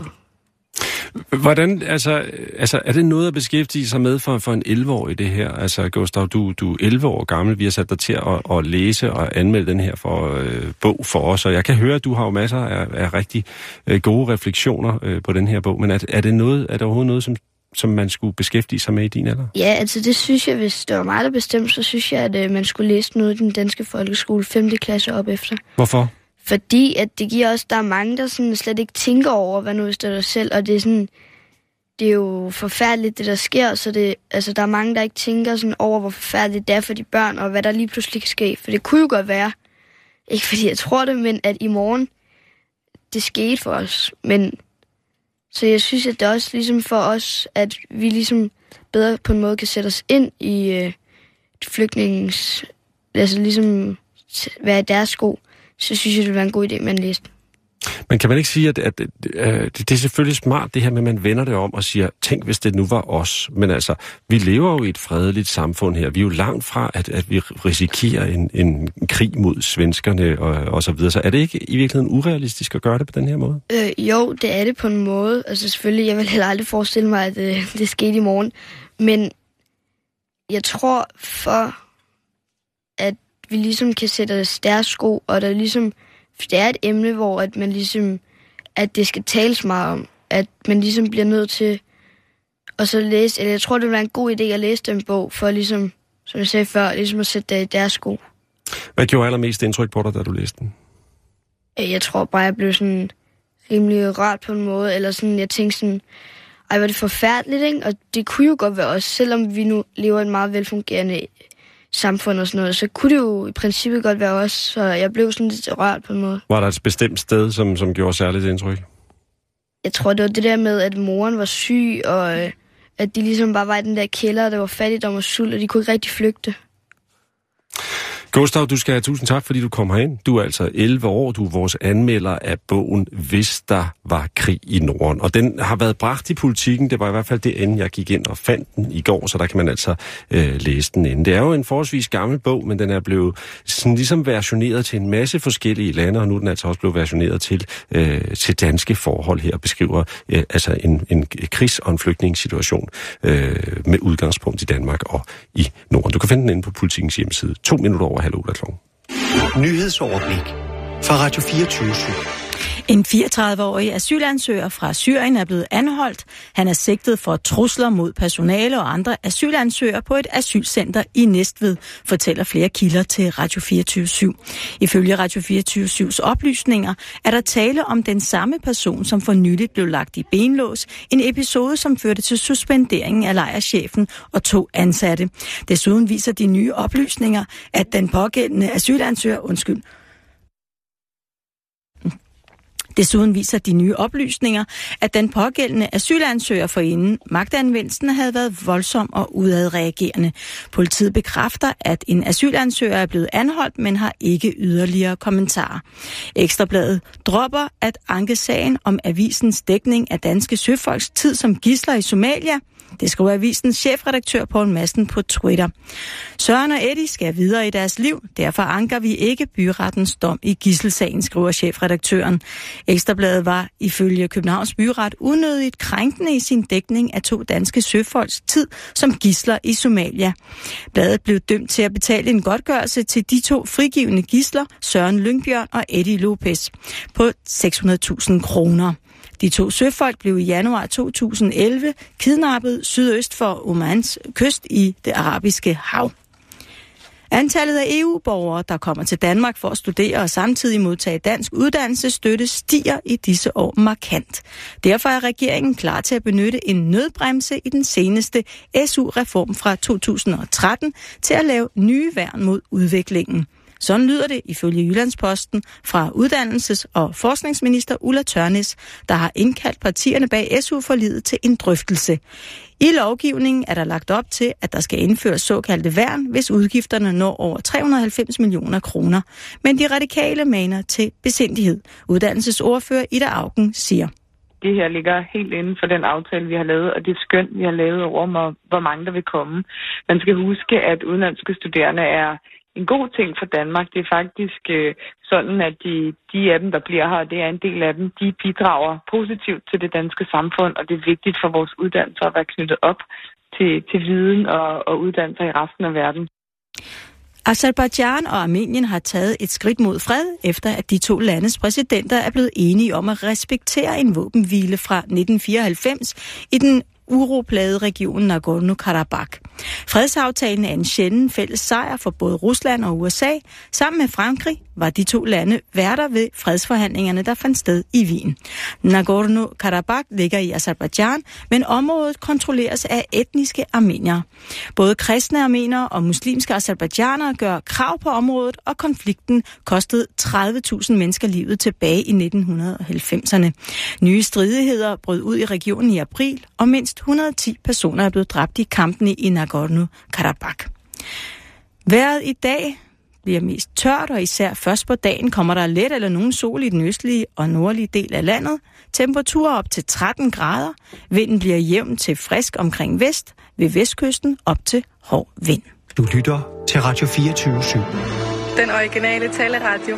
Hvordan, altså, er det noget at beskæftige sig med for en 11-årig det her? Altså, Gustav, du er 11 år gammel, vi har sat dig til at læse og anmelde den her bog for os, og jeg kan høre, at du har jo masser af rigtig gode refleksioner på den her bog, men er det overhovedet noget, som man skulle beskæftige sig med i din alder? Ja, altså det synes jeg, hvis det var mig, der bestemte, så synes jeg, at man skulle læse noget i den danske folkeskole 5. klasse op efter. Hvorfor? Fordi at det giver også, der er mange, der sådan slet ikke tænker over, hvad nu hvis det er dig selv, og det er sådan, det er jo forfærdeligt, det der sker, så det, altså der er mange, der ikke tænker sådan over, hvor forfærdeligt det er for de børn, og hvad der lige pludselig kan ske. For det kunne jo godt være, ikke fordi jeg tror det, men at i morgen, det skete for os. Men, så jeg synes, at det er også ligesom for os, at vi ligesom bedre på en måde kan sætte os ind i flygtningens, altså ligesom være i deres sko. Så synes jeg, det ville være en god idé, man læste. Men kan man ikke sige, at det er selvfølgelig smart, det her med, at man vender det om og siger, tænk, hvis det nu var os. Men altså, vi lever jo i et fredeligt samfund her. Vi er jo langt fra, at vi risikerer en krig mod svenskerne og så videre. Så er det ikke i virkeligheden urealistisk at gøre det på den her måde? Jo, det er det på en måde. Altså selvfølgelig, jeg vil heller aldrig forestille mig, at det skete i morgen. Men jeg tror for, at vi ligesom kan sætte os deres sko, og der ligesom, det er et emne, hvor at man ligesom, at det skal tales meget om, at man ligesom bliver nødt til at så læse, eller jeg tror, det vil være en god idé at læse den bog, for ligesom, som jeg sagde før, ligesom at sætte det i deres sko. Hvad gjorde allermest indtryk på dig, da du læste den? Jeg tror bare, jeg blev sådan rimelig rørt på en måde, eller sådan, jeg tænkte sådan, ej, var det forfærdeligt, ikke? Og det kunne jo godt være os, selvom vi nu lever et meget velfungerende samfund og sådan noget, så kunne det jo i princippet godt være os, så jeg blev sådan lidt rørt på en måde. Var der et bestemt sted, som gjorde særligt indtryk? Jeg tror, det var det der med, at moren var syg, og at de ligesom bare var i den der kælder, og der var fattigdom og sult, og de kunne ikke rigtig flygte. Gustav, du skal have tusind tak, fordi du kom herind. Du er altså 11 år, du er vores anmelder af bogen Hvis der var krig i Norden. Og den har været bragt i Politikken, det var i hvert fald det, inden jeg gik ind og fandt den i går, så der kan man altså læse den inden. Det er jo en forholdsvis gammel bog, men den er blevet sådan ligesom versioneret til en masse forskellige lande, og nu er den altså også blevet versioneret til danske forhold her, beskriver altså en krigs- og en flygtningssituation med udgangspunkt i Danmark og i Norden. Du kan finde den inde på Politikens hjemmeside. 2 minutter over 7:30. Nyhedsoverblik fra Radio 24/7. En 34-årig asylansøger fra Syrien er blevet anholdt. Han er sigtet for trusler mod personale og andre asylansøgere på et asylcenter i Næstved, fortæller flere kilder til Radio 24/7. Ifølge Radio 24/7's oplysninger er der tale om den samme person, som for nyligt blev lagt i benlås. En episode, som førte til suspenderingen af lejrchefen og 2 ansatte. Desuden viser de nye oplysninger, at den pågældende asylansøger, Desuden viser de nye oplysninger, at den pågældende asylansøger forinden magtanvendelsen havde været voldsom og udadreagerende. Politiet bekræfter, at en asylansøger er blevet anholdt, men har ikke yderligere kommentarer. Ekstrabladet dropper at anke sagen om avisens dækning af danske søfolks tid som gidsler i Somalia. Det skriver avisens chefredaktør Poul Madsen på Twitter. Søren og Eddie skal videre i deres liv, derfor anker vi ikke byrettens dom i gidselssagen, skriver chefredaktøren. Ekstrabladet var ifølge Københavns Byret unødigt krænkende i sin dækning af 2 danske søfolks tid som gidsler i Somalia. Bladet blev dømt til at betale en godtgørelse til de 2 frigivne gidsler, Søren Lyngbjørn og Eddie Lopez, på 600.000 kroner. De 2 søfolk blev i januar 2011 kidnappet sydøst for Omans kyst i det arabiske hav. Antallet af EU-borgere, der kommer til Danmark for at studere og samtidig modtage dansk uddannelsesstøtte, stiger i disse år markant. Derfor er regeringen klar til at benytte en nødbremse i den seneste SU-reform fra 2013 til at lave nye værn mod udviklingen. Sådan lyder det ifølge Jyllandsposten fra uddannelses- og forskningsminister Ulla Tørnæs, der har indkaldt partierne bag SU-forliget til en drøftelse. I lovgivningen er der lagt op til, at der skal indføres såkaldte værn, hvis udgifterne når over 390 millioner kroner. Men de radikale maner til besindighed. Uddannelsesordfører Ida Auken siger: Det her ligger helt inden for den aftale, vi har lavet, og det skøn, vi har lavet over, hvor mange der vil komme. Man skal huske, at udenlandske studerende er en god ting for Danmark. Det er faktisk sådan, at de af dem, der bliver her, det er en del af dem, de bidrager positivt til det danske samfund, og det er vigtigt for vores uddannelser at være knyttet op til viden og uddannelser i resten af verden. Aserbajdsjan og Armenien har taget et skridt mod fred, efter at de to landes præsidenter er blevet enige om at respektere en våbenhvile fra 1994 i den uroplagede region Nagorno-Karabakh. Fredsaftalen er en sjælden fælles sejr for både Rusland og USA. Sammen med Frankrig var de to lande værter ved fredsforhandlingerne, der fandt sted i Wien. Nagorno-Karabakh ligger i Aserbajdsjan, men området kontrolleres af etniske armeniere. Både kristne armenere og muslimske aserbajdsjanere gør krav på området, og konflikten kostede 30.000 mennesker livet tilbage i 1990'erne. Nye stridigheder brød ud i regionen i april, og mindst 110 personer er blevet dræbt i kampene i Nagorno-Karabakh. Vejret i dag bliver mest tørt, og især først på dagen kommer der let eller nogen sol i den østlige og nordlige del af landet. Temperaturer op til 13 grader. Vinden bliver jævn til frisk omkring vest, ved vestkysten op til hård vind. Du lytter til Radio 24/7. Den originale taleradio.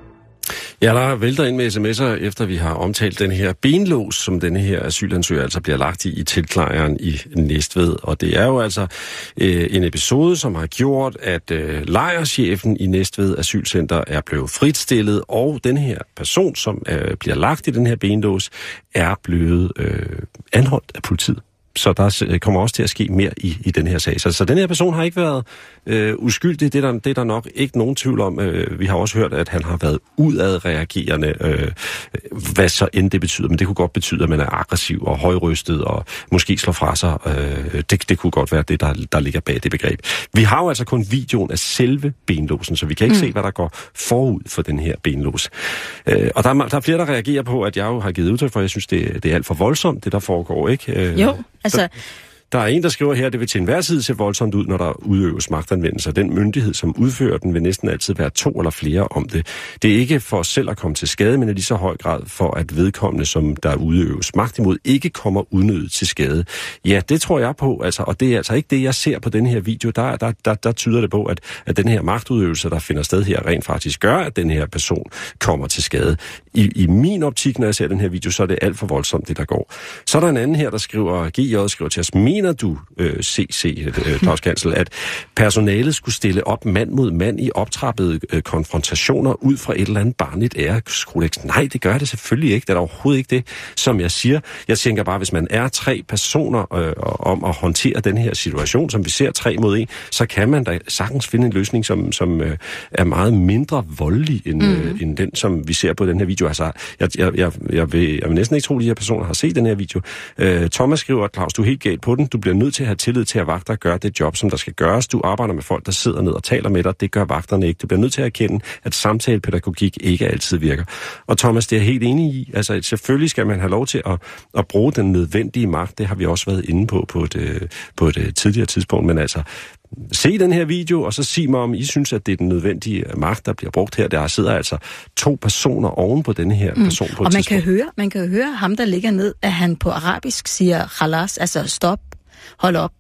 Ja, der vælter ind med sms'er, efter vi har omtalt den her benlås, som denne her asylansøger altså bliver lagt i teltlejren i Næstved. Og det er jo altså en episode, som har gjort, at lejrchefen i Næstved Asylcenter er blevet fritstillet, og den her person, som bliver lagt i den her benlås, er blevet anholdt af politiet. Så der kommer også til at ske mere i den her sag. Så den her person har ikke været uskyldig. Det er der nok ikke nogen tvivl om. Vi har også hørt, at han har været udadreagerende, hvad så end det betyder. Men det kunne godt betyde, at man er aggressiv og højrystet og måske slår fra sig. Det kunne godt være det, der ligger bag det begreb. Vi har jo altså kun videoen af selve benlåsen, så vi kan ikke se, hvad der går forud for den her benlås. Og der er flere, der reagerer på, at jeg jo har givet udtryk for, at jeg synes, det er alt for voldsomt, det der foregår, ikke? Jo. Altså, der er en, der skriver her, at det vil til enhver tid se voldsomt ud, når der udøves magtanvendelse. Den myndighed, som udfører den, vil næsten altid være 2 eller flere om det. Det er ikke for os selv at komme til skade, men i lige så høj grad for, at vedkommende, som der udøves magt imod, ikke kommer unødigt til skade. Ja, det tror jeg på, altså, og det er altså ikke det, jeg ser på den her video. Der tyder det på, at den her magtudøvelse, der finder sted her, rent faktisk gør, at den her person kommer til skade. I min optik, når jeg ser den her video, så er det alt for voldsomt, det der går. Så er der en anden her, der skriver, GJ skriver til os, mener du, Claus Kansel, at personalet skulle stille op mand mod mand i optrappede konfrontationer ud fra et eller andet barnligt æreskodex? Nej, det gør det selvfølgelig ikke. Det er overhovedet ikke det, som jeg siger. Jeg tænker bare, hvis man er 3 personer om at håndtere den her situation, som vi ser 3 mod 1, så kan man da sagtens finde en løsning, som er meget mindre voldelig end den, som vi ser på den her video. Altså, jeg vil næsten ikke tro, at de her personer har set den her video. Thomas skriver, at Claus, du er helt galt på den. Du bliver nødt til at have tillid til, at vagter gør det job, som der skal gøres. Du arbejder med folk, der sidder ned og taler med dig. Det gør vagterne ikke. Du bliver nødt til at erkende, at samtalepædagogik ikke altid virker. Og Thomas, det er jeg helt enig i. Altså, selvfølgelig skal man have lov til at bruge den nødvendige magt. Det har vi også været inde på et tidligere tidspunkt. Men altså, se den her video, og så sig mig, om I synes, at det er den nødvendige magt, der bliver brugt her. Der sidder altså 2 personer oven på denne her person på et og tidspunkt. man kan høre ham, der ligger ned, at han på arabisk siger khalas, altså stop, hold op.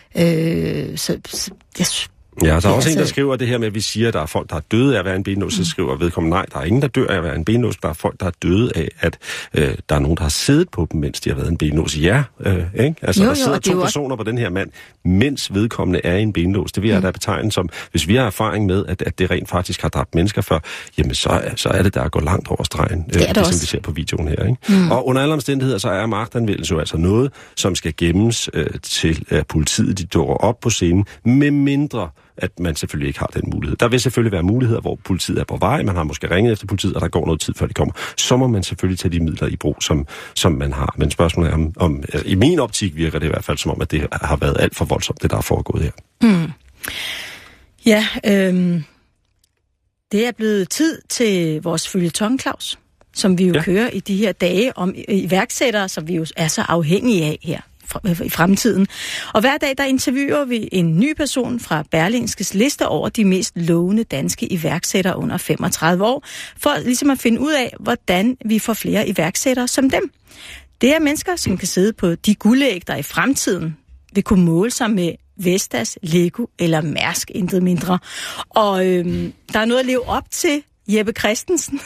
Ja, der er også en, der skriver det her med, at vi siger, at der er folk, der er døde af at være en benlås, så skriver vedkommende, nej, der er ingen, der dør af at være en benlås, der er folk, der er døde af, at der er nogen, der har siddet på dem, mens de har været en benlås. Ja, ikke? Altså, der sidder 2 personer på den her mand, mens vedkommende er i en benlås. Det vil jeg da betegne som, hvis vi har erfaring med, at det rent faktisk har dræbt mennesker før, jamen så er det der at gå langt over stregen, det som vi ser på videoen her. Ikke? Og under alle omstændigheder, så er magtanvendelse jo altså noget, som skal gemmes til politiet, de dukker op på scenen, med mindre at man selvfølgelig ikke har den mulighed. Der vil selvfølgelig være muligheder, hvor politiet er på vej, man har måske ringet efter politiet, og der går noget tid, før de kommer. Så må man selvfølgelig tage de midler i brug, som man har. Men spørgsmålet er, om i min optik virker det i hvert fald som om, at det har været alt for voldsomt, det der er foregået her. Ja, det er blevet tid til vores føljeton, Claus, som vi jo kører i de her dage om iværksættere, som vi jo er så afhængige af her i fremtiden. Og hver dag, der interviewer vi en ny person fra Berlingskes liste over de mest lovende danske iværksættere under 35 år, for ligesom at finde ud af, hvordan vi får flere iværksættere som dem. Det er mennesker, som kan sidde på de guldæg, der i fremtiden vil kunne måle sig med Vestas, Lego eller Mærsk, intet mindre. Og der er noget at leve op til, Jeppe Christensen.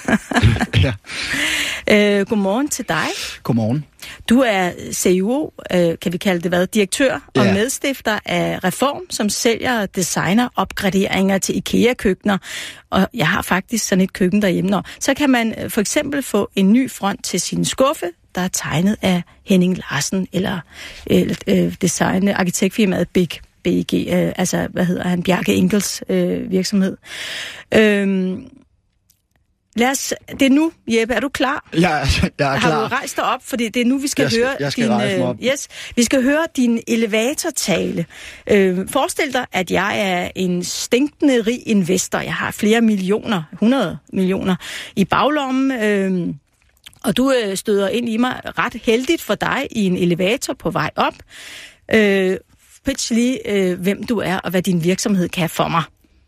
Ja. Godmorgen til dig. Godmorgen. Du er CEO, kan vi kalde det direktør og medstifter af Reform, som sælger designer-opgraderinger til IKEA-køkkener. Og jeg har faktisk sådan et køkken derhjemme. Så kan man for eksempel få en ny front til sin skuffe, der er tegnet af Henning Larsen, eller designet arkitektfirmaet BG, altså Bjarke Ingels virksomhed. Det er nu, Jeppe. Er du klar? Jeg er klar. Har du rejst dig op? Fordi det er nu, vi skal høre vi skal høre din elevatortale. Forestil dig, at jeg er en stinkende rig investor. Jeg har flere millioner, 100 millioner i baglommen. Og du støder ind i mig ret heldigt for dig i en elevator på vej op. Pitch lige, hvem du er og hvad din virksomhed kan for mig.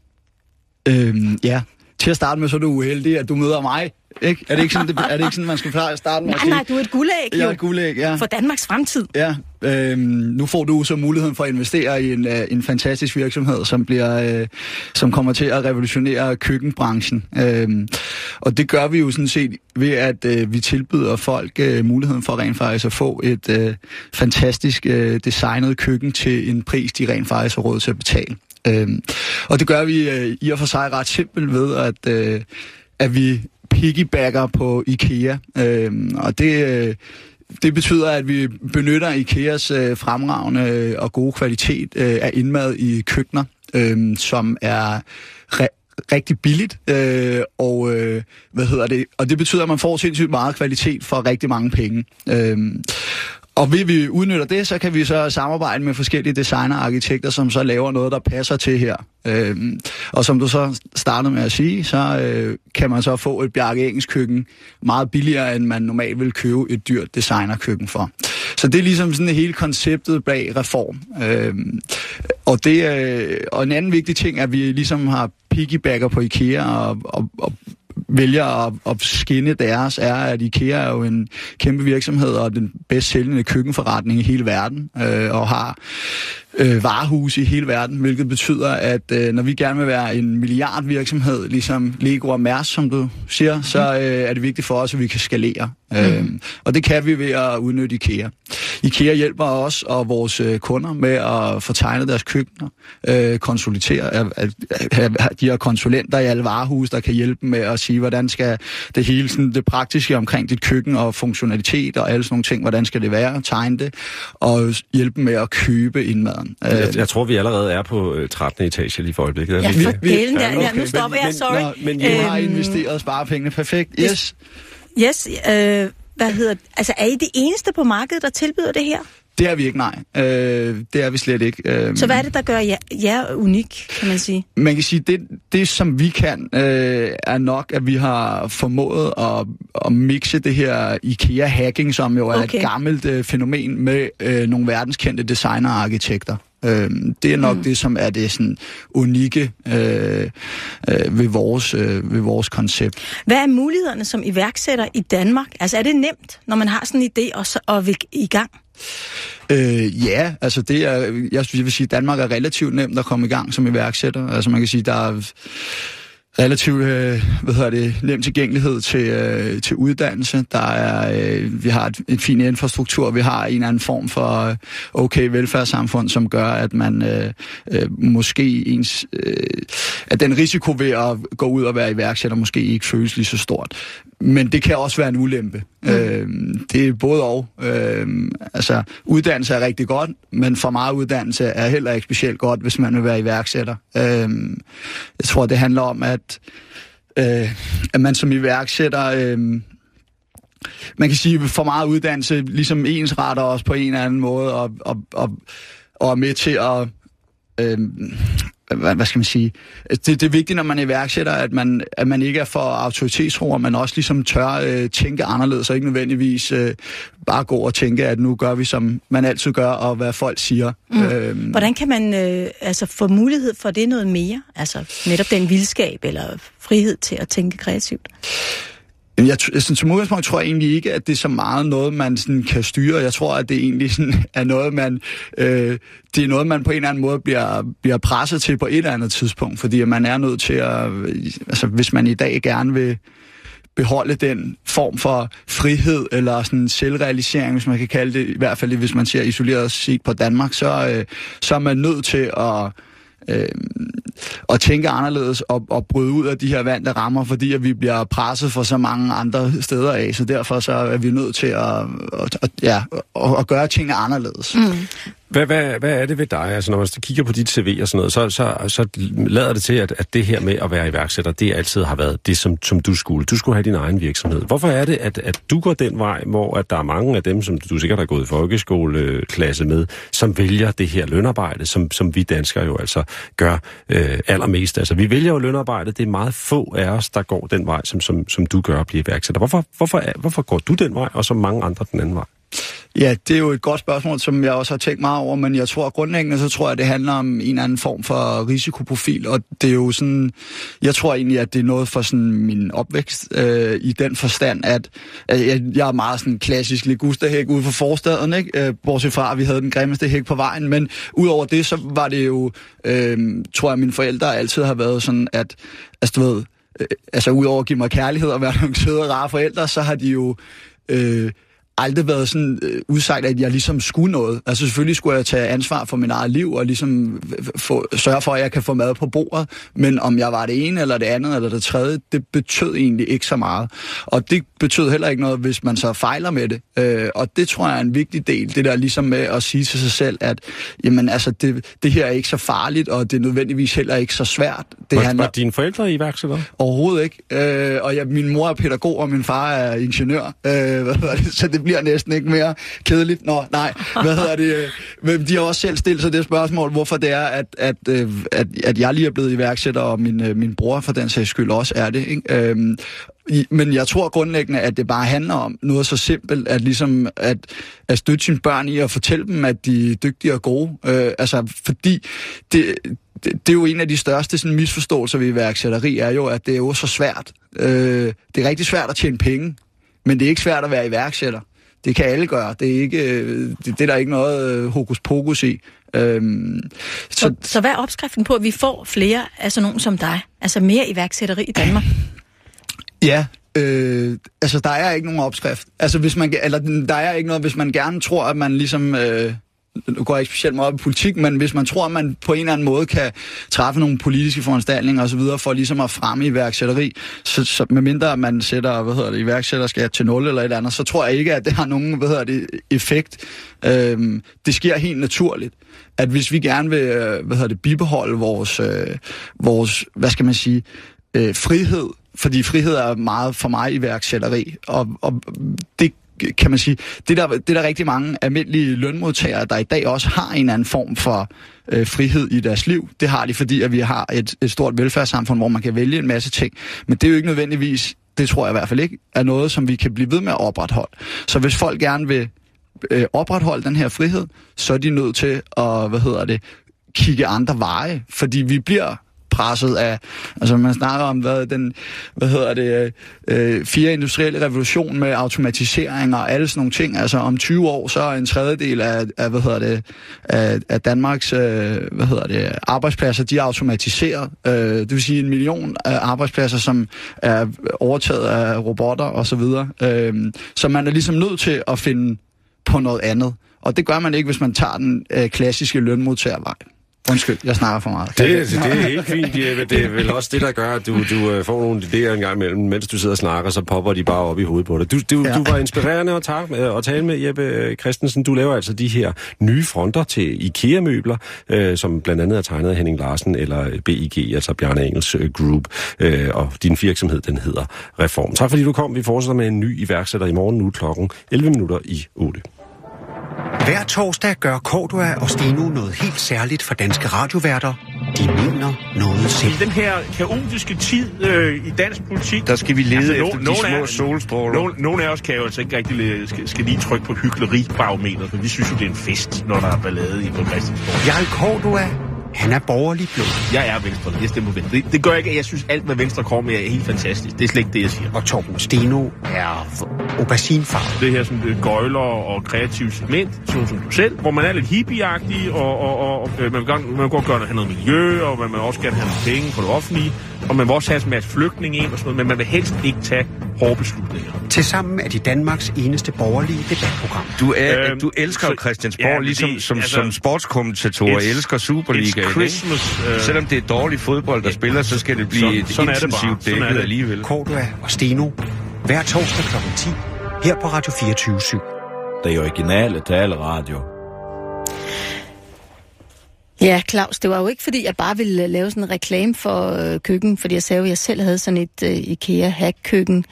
Til at starte med, så er du uheldig, at du møder mig. Ikke? Er det ikke sådan, man skal starte med at sige? Nej, du er et guldæg, jo. Jeg er et guldæg, ja. For Danmarks fremtid. Ja, nu får du så muligheden for at investere i en fantastisk virksomhed, som kommer til at revolutionere køkkenbranchen. Og det gør vi jo sådan set ved, at vi tilbyder folk muligheden for rent faktisk at få et fantastisk designet køkken til en pris, de rent faktisk har råd til at betale. Og det gør vi i og for sig ret simpelt ved, at vi piggybacker på IKEA. Og det betyder, at vi benytter IKEAs fremragende og gode kvalitet af indmad i køkkener, som er rigtig billigt, og det betyder, at man får sindssygt meget kvalitet for rigtig mange penge. Og ved vi udnytter det, så kan vi så samarbejde med forskellige designer og arkitekter, som så laver noget, der passer til her. Og som du så startede med at sige, så kan man så få et Bjarke Ingels køkken meget billigere, end man normalt vil købe et dyrt designerkøkken for. Så det er ligesom sådan hele konceptet bag Reform. Og en anden vigtig ting, at vi ligesom har piggybacker på IKEA og vælger at skinne deres, er, at IKEA er jo en kæmpe virksomhed og den bedst sælgende køkkenforretning i hele verden, og har varehuse i hele verden, hvilket betyder, at når vi gerne vil være en milliardvirksomhed, ligesom Lego og Mærsk, som du siger, så er det vigtigt for os, at vi kan skalere. Og det kan vi ved at udnytte IKEA. IKEA hjælper os og vores kunder med at få tegnet deres køkkener, konsultere, de har konsulenter i alle varehuse, der kan hjælpe med at sige, hvordan skal det hele, sådan det praktiske omkring dit køkken og funktionalitet og alle sådan nogle ting, hvordan skal det være, tegne det, og hjælpe med at købe indmaden. Jeg tror, vi allerede er på 13. etage lige for øjeblikket. Ja, for delen der. Ja, nu stopper jeg, sorry. Men I har investeret sparepengene perfekt. Yes. Yes, altså er I det eneste på markedet, der tilbyder det her? Det er vi ikke, nej. Det er vi slet ikke. Så hvad er det, der gør jer unik, kan man sige? Man kan sige, det som vi kan, er nok, at vi har formået at mixe det her IKEA-hacking, som jo er et gammelt fænomen, med nogle verdenskendte designer og arkitekter. Det er nok det, som er det sådan unikke ved vores koncept. Hvad er mulighederne som iværksætter i Danmark? Altså er det nemt, når man har sådan en idé og vil i gang? Ja, altså jeg vil sige, at Danmark er relativt nemt at komme i gang som iværksætter. Altså man kan sige, der er relativt nem tilgængelighed til uddannelse. Der er vi har et fint infrastruktur, vi har en eller anden form for velfærdssamfund, som gør, at man at den risiko ved at gå ud og være iværksætter måske ikke føles lige så stort. Men det kan også være en ulempe. Det er både og. Altså, uddannelse er rigtig godt, men for meget uddannelse er heller ikke specielt godt, hvis man vil være iværksætter. Jeg tror, det handler om, at man som iværksætter... man kan sige, for meget uddannelse ligesom ensretter os på en eller anden måde, og er med til at... hvad skal man sige? Det er vigtigt, når man er iværksætter, at man ikke er for autoritetsro, men også ligesom tør tænke anderledes, og ikke nødvendigvis bare gå og tænke, at nu gør vi, som man altid gør, og hvad folk siger. Hvordan kan man få mulighed for det noget mere? Altså netop den vildskab eller frihed til at tænke kreativt? Som udgangspunkt tror jeg egentlig ikke, at det er så meget noget, man sådan kan styre. Jeg tror, at det egentlig sådan er noget, det er noget, man på en eller anden måde bliver presset til på et eller andet tidspunkt, fordi man er nødt til at... Altså, hvis man i dag gerne vil beholde den form for frihed eller sådan selvrealisering, hvis man kan kalde det, i hvert fald hvis man ser isoleret set på Danmark, så er man nødt til at tænke anderledes og bryde ud af de her vante rammer, fordi at vi bliver presset for så mange andre steder af, så derfor så er vi nødt til at gøre tingene anderledes. Hvad er det ved dig? Altså, når man kigger på dit CV og sådan noget, så lader det til, at det her med at være iværksætter, det altid har været det, som du skulle. Du skulle have din egen virksomhed. Hvorfor er det, at du går den vej, hvor at der er mange af dem, som du sikkert har gået i folkeskoleklasse med, som vælger det her lønarbejde, som vi danskere jo altså gør allermest. Altså, vi vælger jo lønarbejde. Det er meget få af os, der går den vej, som du gør at blive iværksætter. Hvorfor går du den vej, og så mange andre den anden vej? Ja, det er jo et godt spørgsmål, som jeg også har tænkt meget over, men jeg tror grundlæggende, så tror jeg, det handler om en eller anden form for risikoprofil, og det er jo sådan, jeg tror egentlig, at det er noget for sådan min opvækst, i den forstand, at jeg er meget sådan klassisk ligusterhæk ude for forstaden, ikke? Bortset fra, at vi havde den grimmeste hæk på vejen, men udover det, så var det jo, tror jeg, mine forældre altid har været sådan, at, altså du ved, udover at give mig kærlighed og være nogle søde og rare forældre, så har de jo... aldrig været sådan udsagt, at jeg ligesom skulle noget. Altså selvfølgelig skulle jeg tage ansvar for min eget liv og ligesom sørge for, at jeg kan få mad på bordet, men om jeg var det ene eller det andet eller det tredje, det betød egentlig ikke så meget. Og det betød heller ikke noget, hvis man så fejler med det. Og det tror jeg er en vigtig del, det der ligesom med at sige til sig selv, at jamen altså, det her er ikke så farligt, og det er nødvendigvis heller ikke så svært. Var dine forældre iværksættere? Overhovedet ikke. Og min mor er pædagog, og min far er ingeniør. Så det bliver næsten ikke mere kedeligt. Nå, nej. Men de har også selv stillet sig det spørgsmål, hvorfor det er, at jeg lige er blevet iværksætter, og min bror for den sags skyld også er det. Ikke? Men jeg tror grundlæggende, at det bare handler om noget så simpelt, at ligesom at støtte sine børn i at fortælle dem, at de er dygtige og gode. Fordi det er jo en af de største sådan, misforståelser ved iværksætteri, er jo, at det er jo så svært. Det er rigtig svært at tjene penge, men det er ikke svært at være iværksætter. Det kan alle gøre. Det er ikke, det er der ikke noget hokus pokus i. Så hvad er opskriften på, at vi får flere af sådan nogen som dig? Altså mere iværksætteri i Danmark? Ja, der er ikke nogen opskrift. Altså der er ikke noget, hvis man gerne tror, at man ligesom... Nu går jeg ikke specielt meget op i politik, men hvis man tror, at man på en eller anden måde kan træffe nogle politiske foranstaltninger osv. for ligesom at fremme iværksætteri, så medmindre man sætter, iværksætterskat til 0 eller et andet, så tror jeg ikke, at det har nogen, effekt. Det sker helt naturligt, at hvis vi gerne vil, bibeholde vores, hvad skal man sige, frihed, fordi frihed er meget for mig iværksætteri, og det kan man sige, det er der rigtig mange almindelige lønmodtagere, der i dag også har en anden form for frihed i deres liv. Det har de, fordi at vi har et stort velfærdssamfund, hvor man kan vælge en masse ting. Men det er jo ikke nødvendigvis, det tror jeg i hvert fald ikke, er noget, som vi kan blive ved med at opretholde. Så hvis folk gerne vil opretholde den her frihed, så er de nødt til at, kigge andre veje, fordi vi bliver presset af, altså man snakker om, fjerde industrielle revolution med automatisering og alle sådan nogle ting. Altså om 20 år, så er en tredjedel af Danmarks, arbejdspladser, de er automatiseret. Det vil sige 1 million arbejdspladser, som er overtaget af robotter og så videre. Så man er ligesom nødt til at finde på noget andet. Og det gør man ikke, hvis man tager den klassiske lønmodtagervej. Undskyld, jeg snakker for meget. Det er helt fint, Jeppe. Det er vel også det, der gør, at du får nogle idéer en gang imellem. Mens du sidder og snakker, så popper de bare op i hovedet på dig. Du var inspirerende at tale med, Jeppe Christensen. Du laver altså de her nye fronter til IKEA-møbler, som blandt andet er tegnet af Henning Larsen eller BIG, altså Bjarne Engels Group. Og din virksomhed, den hedder Reform. Tak fordi du kom. Vi fortsætter med en ny iværksætter i morgen nu klokken 11:11. Hver torsdag gør Cordua og Steno noget helt særligt for danske radioværter. De mener noget selv. I den her kaotiske tid i dansk politik... Der skal vi lede efter de små solstråler. Nogle af os kan jo altså ikke rigtig skal lige trykke på hykleribarometeret, men vi synes jo, det er en fest, når der er ballade på Christiansborg. Jarl Cordua, han er borgerlig blå. Jeg er venstre. Jeg stemmer venstre. Det gør ikke, at jeg synes, alt hvad Venstre kommer med er helt fantastisk. Det er slet ikke det, jeg siger. Og Torben Steno er auberginefarvet. Det her sådan gøjler og kreativt segment, sådan som du selv, hvor man er lidt hippieagtig, og man vil godt gøre have noget miljø, og man vil også gerne have nogle penge på det offentlige, og man vil også have en masse flygtninge ind og sådan noget, men man vil helst ikke tage hårde beslutninger. Tilsammen er de Danmarks eneste borgerlige debatprogram. Du elsker jo Christiansborg, ligesom som sportskommentatorer elsker Superliga. Selvom det er dårlig fodbold, der spiller, så skal det blive et intensivt dækket alligevel. Cordua og Steno, hver torsdag kl. 10, her på Radio 24/7. Det er originale taleradio. Ja, Claus, det var jo ikke, fordi jeg bare ville lave sådan en reklame for køkken, fordi jeg sagde, at jeg selv havde sådan et IKEA-hack-køkken.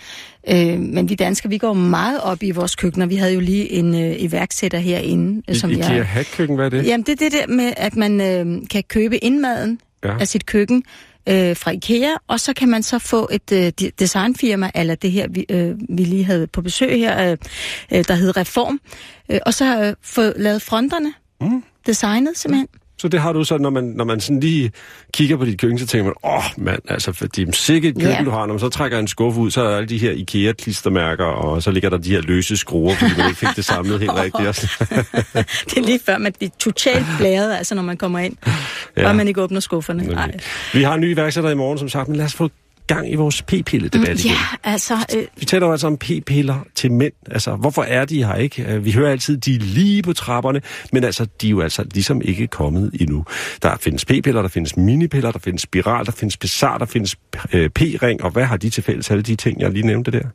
Men vi danskere, vi går meget op i vores køkkener. Vi havde jo lige en iværksætter herinde. Som IKEA-hack-køkken, hvad er det? Jamen, det er det der med, at man kan købe indmaden af sit køkken fra IKEA, og så kan man så få et designfirma, eller det her, vi lige havde på besøg her, der hed Reform, og så få lavet fronterne, designet simpelthen. Så det har du så, når man sådan lige kigger på dit køkken, så tænker man, mand, altså, fordi sikkert et køkken, du har, når man så trækker en skuffe ud, så er alle de her IKEA-klistermærker, og så ligger der de her løse skruer, fordi man ikke fik det samlet helt rigtigt også. Det er lige før, man bliver totalt blæret, altså, når man kommer ind, og man ikke åbner skufferne. Okay. Vi har en ny iværksætter i morgen, som sagt, men lad os få gang i vores p-pille-debat igen. Ja, altså... Vi taler jo altså om p-piller til mænd. Altså, hvorfor er de her ikke? Vi hører altid, de er lige på trapperne, men altså, de er jo altså ligesom ikke kommet endnu. Der findes p-piller, der findes minipiller, der findes spiral, der findes Pessar, der findes p-ring, og hvad har de til fælles, alle de ting, jeg lige nævnte der?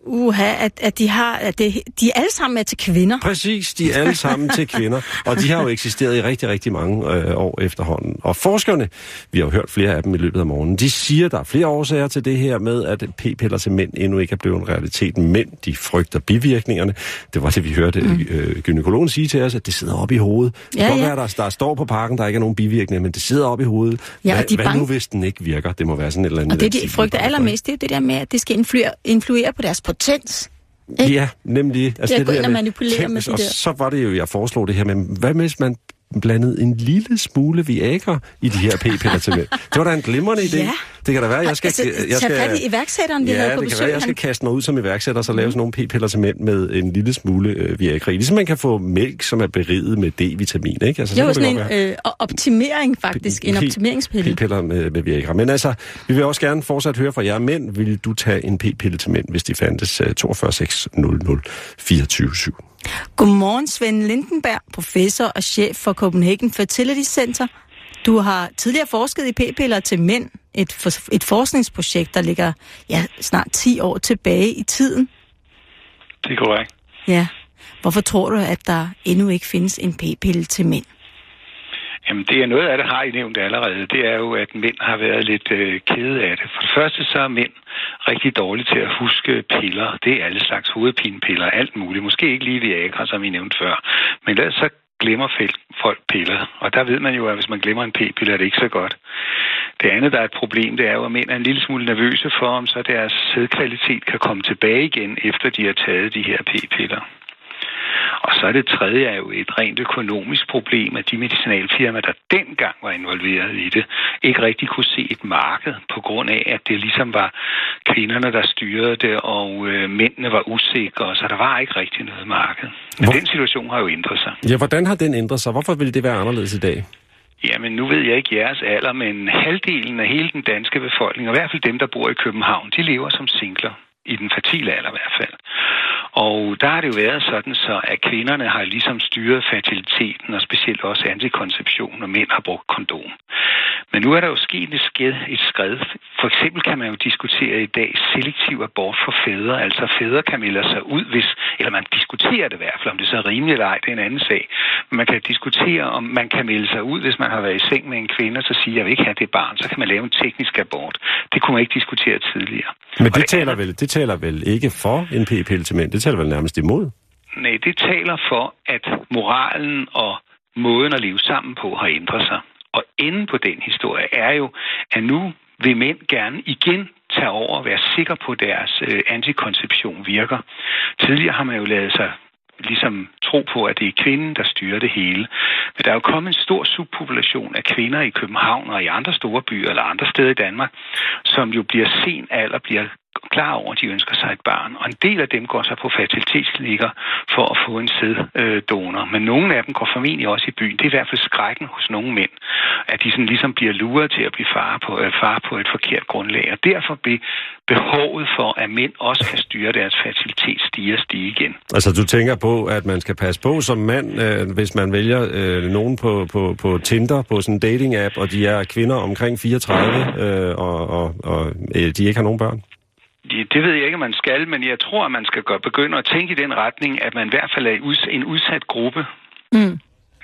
At de er alle sammen er til kvinder. Præcis, de er alle sammen til kvinder, og de har jo eksisteret i rigtig, rigtig mange år efterhånden. Og forskerne, vi har jo hørt flere af dem i løbet af morgenen, de siger, der er flere årsager til det her med, at p-piller til mænd endnu ikke er blevet en realitet. Mænd, de frygter bivirkningerne. Det var det, vi hørte gynækologen sige til os, at det sidder oppe i hovedet. Det kan godt være, der står på pakken, der ikke er nogen bivirkninger, men det sidder oppe i hovedet. Ja, hvad nu, hvis den ikke virker? Det må være sådan et eller andet. Og det, de frygter allermest, det er det der med, at det skal influere på deres potens. Ja, nemlig. Altså, det der manipulere med og så var det jo, jeg foreslog det her, men hvad hvis man blandet en lille smule Viagra i de her p-piller til mænd? Det var da en glimrende idé. Ja. Det kan da være, jeg skal... tage fat i iværksætteren, vi havde på besøg. Det kan være, jeg skal kaste mig ud som iværksætter, og så lave sådan nogle p-piller til mænd med en lille smule Viagra i. Ligesom man kan få mælk, som er beriget med D-vitamin, ikke? Altså, det var sådan en optimering, faktisk. En optimeringspille. P-piller med Viagra. Men altså, vi vil også gerne fortsat høre fra jer mænd. Vil du tage en p-pille til mænd, hvis de fandtes 42 600 24/7? Godmorgen, Svend Lindenberg, professor og chef for Copenhagen Fertility Center. Du har tidligere forsket i p-piller til mænd, et forskningsprojekt, der ligger snart 10 år tilbage i tiden. Det er korrekt. Ja. Hvorfor tror du, at der endnu ikke findes en p-pille til mænd? Jamen, det er noget af det, har I nævnt allerede. Det er jo, at mænd har været lidt kede af det. For det første så er mænd rigtig dårlige til at huske piller. Det er alle slags hovedpinepiller, alt muligt. Måske ikke lige Viagra, som I nævnte før. Men ellers så glemmer folk piller. Og der ved man jo, at hvis man glemmer en p-pille, er det ikke så godt. Det andet, der er et problem, det er jo, at mænd er en lille smule nervøse for, om så deres sædkvalitet kan komme tilbage igen, efter de har taget de her p-piller. Og så er det tredje er jo et rent økonomisk problem, at de medicinalfirmaer, der dengang var involveret i det, ikke rigtig kunne se et marked på grund af, at det ligesom var kvinderne, der styrede det, og mændene var usikre, så der var ikke rigtig noget marked. Men den situation har jo ændret sig. Ja, hvordan har den ændret sig? Hvorfor vil det være anderledes i dag? Jamen, nu ved jeg ikke jeres alder, men halvdelen af hele den danske befolkning, og i hvert fald dem, der bor i København, de lever som singler. I den fertile alder i hvert fald. Og der har det jo været sådan, så at kvinderne har ligesom styret fertiliteten, og specielt også antikonception, og mænd har brugt kondom. Men nu er der jo sket et skred. For eksempel kan man jo diskutere i dag selektiv abort for fædre. Altså fædre kan melde sig ud, eller man diskuterer det i hvert fald, om det så er rimeligt eller ej, det er en anden sag. Men man kan diskutere, om man kan melde sig ud, hvis man har været i seng med en kvinde, og så siger, jeg vil ikke have det barn, så kan man lave en teknisk abort. Det kunne man ikke diskutere tidligere. Men det taler vel ikke for en p-pille til mænd? Det taler vel nærmest imod? Nej, det taler for, at moralen og måden at leve sammen på har ændret sig. Og enden på den historie er jo, at nu vil mænd gerne igen tage over og være sikre på, at deres antikonception virker. Tidligere har man jo ladet sig ligesom tro på, at det er kvinden, der styrer det hele. Men der er jo kommet en stor subpopulation af kvinder i København og i andre store byer eller andre steder i Danmark, som jo bliver sen alder, bliver klar over, at de ønsker sig et barn. Og en del af dem går så på fertilitetsklinikker for at få en sæddonor. Men nogle af dem går formentlig også i byen. Det er i hvert fald skrækken hos nogle mænd, at de sådan ligesom bliver luret til at blive far på et forkert grundlag. Og derfor bliver behovet for, at mænd også kan styre deres fertilitet stige igen. Altså du tænker på, at man skal passe på som mand, hvis man vælger nogen på Tinder, på sådan en dating-app, og de er kvinder omkring 34, og de ikke har nogen børn? Det ved jeg ikke, om man skal, men jeg tror, at man skal begynde at tænke i den retning, at man i hvert fald er en udsat gruppe. Mm.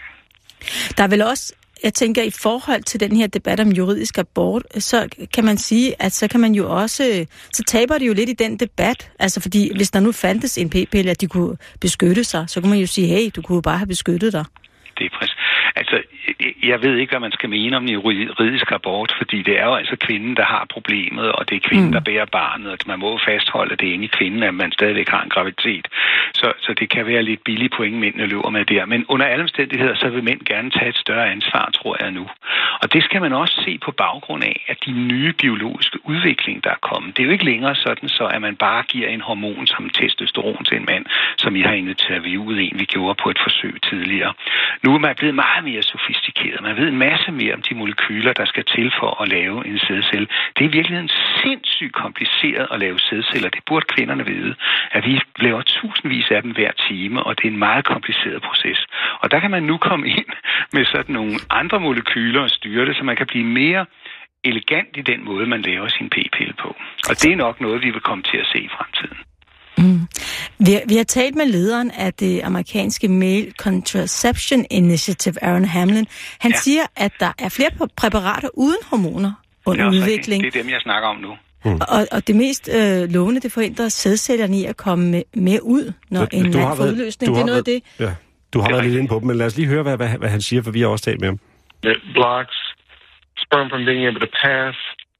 Der er vel også, jeg tænker, i forhold til den her debat om juridisk abort, så kan man sige, at så kan man jo også, så taber det jo lidt i den debat. Altså fordi, hvis der nu fandtes en p-pille, at de kunne beskytte sig, så kunne man jo sige, hey, du kunne bare have beskyttet dig. Det er præcis. Altså, jeg ved ikke, hvad man skal mene om en juridisk abort, fordi det er jo altså kvinden, der har problemet, og det er kvinden, der bærer barnet, og man må fastholde, at det er inde i kvinden, at man stadigvæk har en graviditet. Så det kan være lidt billige point, mændene løber med der. Men under alle omstændigheder, så vil mænd gerne tage et større ansvar, tror jeg nu. Og det skal man også se på baggrund af, at de nye biologiske udvikling, der er kommet, det er jo ikke længere sådan, så at man bare giver en hormon som testosteron til en mand, som I har interviewet en, vi gjorde på et forsøg tidligere. Nu er man blevet meget mere sofistikeret. Man ved en masse mere om de molekyler, der skal til for at lave en sædcelle. Det er i virkeligheden sindssygt kompliceret at lave sædceller. Det burde kvinderne vide, at vi laver tusindvis af dem hver time, og det er en meget kompliceret proces. Og der kan man nu komme ind med sådan nogle andre molekyler og styre det, så man kan blive mere elegant i den måde, man laver sin p-pille på. Og det er nok noget, vi vil komme til at se i fremtiden. Mm. Vi har talt med lederen af det amerikanske Male Contraception Initiative, Aaron Hamlin. Han siger, at der er flere præparater uden hormoner under udvikling. Det er dem, jeg snakker om nu. Og det mest lovende, det forhindrer sædcellerne i at komme mere ud, når en mand får udløsning. Det er noget af det. Ja. Du har været lidt inde på dem, men lad os lige høre, hvad han siger, for vi har også talt med ham. It blocks sperm from being able to pass,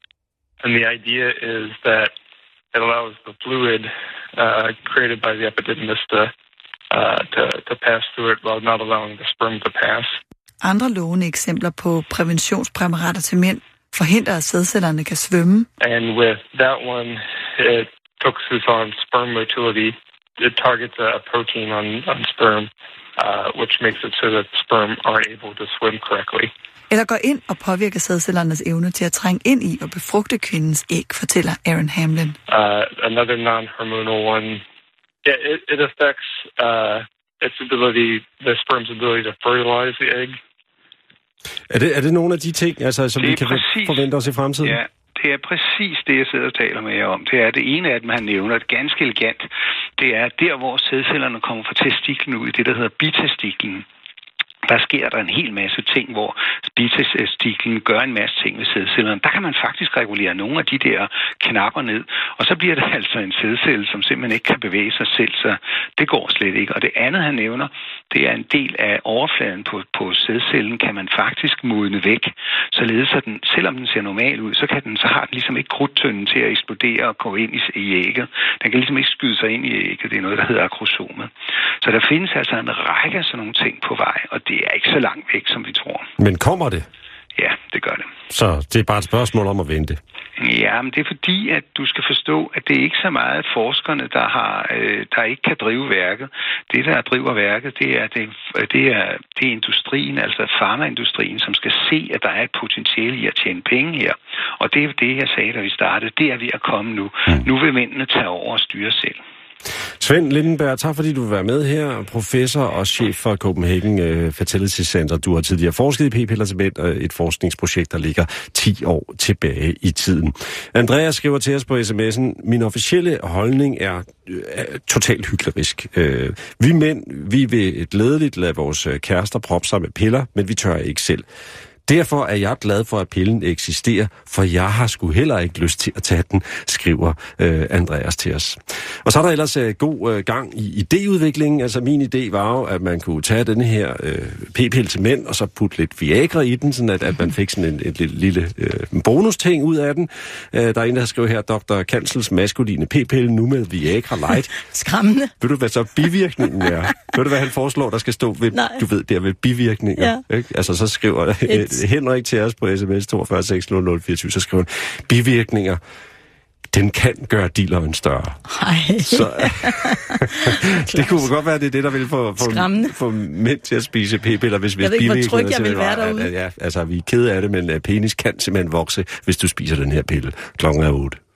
and the idea is that it allows the fluid created by the epididymis to pass through it while not allowing the sperm to pass. Andre lovende eksempler på præventionspræparater til mænd forhindrer, at sædcellerne kan svømme. And with that one, it focuses on sperm motility. It targets a protein on sperm, which makes it so that sperm aren't able to swim correctly. Eller går ind og påvirker sædcellernes evne til at trænge ind i og befrugte kvindens æg, fortæller Aaron Hamlin. Another non-hormonal one, it affects its ability, the sperm's ability to fertilize the egg. Er det nogle af de ting, altså, som vi kan forvente os i fremtiden? Ja, det er præcis det, jeg sidder og taler med jer om. Det er det ene af dem, han nævner, det ganske elegant. Det er der, hvor sædcellerne kommer fra testiklen ud i det, der hedder bitestiklen. Der sker der en hel masse ting, hvor bitestiklen gør en masse ting ved sædcellerne. Der kan man faktisk regulere nogle af de der knapper ned, og så bliver det altså en sædcelle, som simpelthen ikke kan bevæge sig selv, så det går slet ikke. Og det andet, han nævner, det er en del af overfladen på sædcellen, kan man faktisk modne væk, således at den, selvom den ser normal ud, så har den ligesom ikke krudtønden til at eksplodere og gå ind i ægget. Den kan ligesom ikke skyde sig ind i ægget. Det er noget, der hedder akrosomet. Så der findes altså en række af sådan nogle ting på vej, og det er ikke så langt væk, som vi tror. Men kommer det? Ja, det gør det. Så det er bare et spørgsmål om at vente? Ja, men det er fordi, at du skal forstå, at det er ikke så meget forskerne, der ikke kan drive værket. Det, der driver værket, det er industrien, altså farmaindustrien, som skal se, at der er et potentiale i at tjene penge her. Og det er det, jeg sagde, da vi startede. Det er ved at komme nu. Nu vil mændene tage over og styre selv. Svend Lindenberg, tak fordi du vil være med her. Professor og chef for Copenhagen Fertility Center. Du har tidligere forsket i p-piller til mænd, et forskningsprojekt, der ligger 10 år tilbage i tiden. Andreas skriver til os på sms'en, min officielle holdning er totalt hyklerisk. Vi mænd, vi vil glædeligt lade vores kærester proppe sig med piller, men vi tør ikke selv. Derfor er jeg glad for, at pillen eksisterer, for jeg har sgu heller ikke lyst til at tage den, skriver Andreas til os. Og så er der ellers god gang i idéudviklingen. Altså min idé var jo, at man kunne tage den her p-pille til mænd, og så putte lidt Viagra i den, sådan at man fik sådan en lille bonusting ud af den. Der er en, der har skrevet her, Dr. Kansels maskuline p-pille, nu med Viagra Light. Skræmmende. Ved du, hvad så bivirkningen er? Ved du, hvad han foreslår, der skal stå ved, du ved, der ved bivirkninger? Ja. Ikke? Altså så skriver Henrik til os på sms 42 600 24, så skriver han, bivirkninger, den kan gøre dealeren større. Så, det kunne godt være, det der vil få mænd til at spise p-piller, hvis jeg ved ikke, hvor tryg jeg vil være derude. Ja, altså, vi er kede af det, men penis kan simpelthen vokse, hvis du spiser den her pille. Klokken er 8.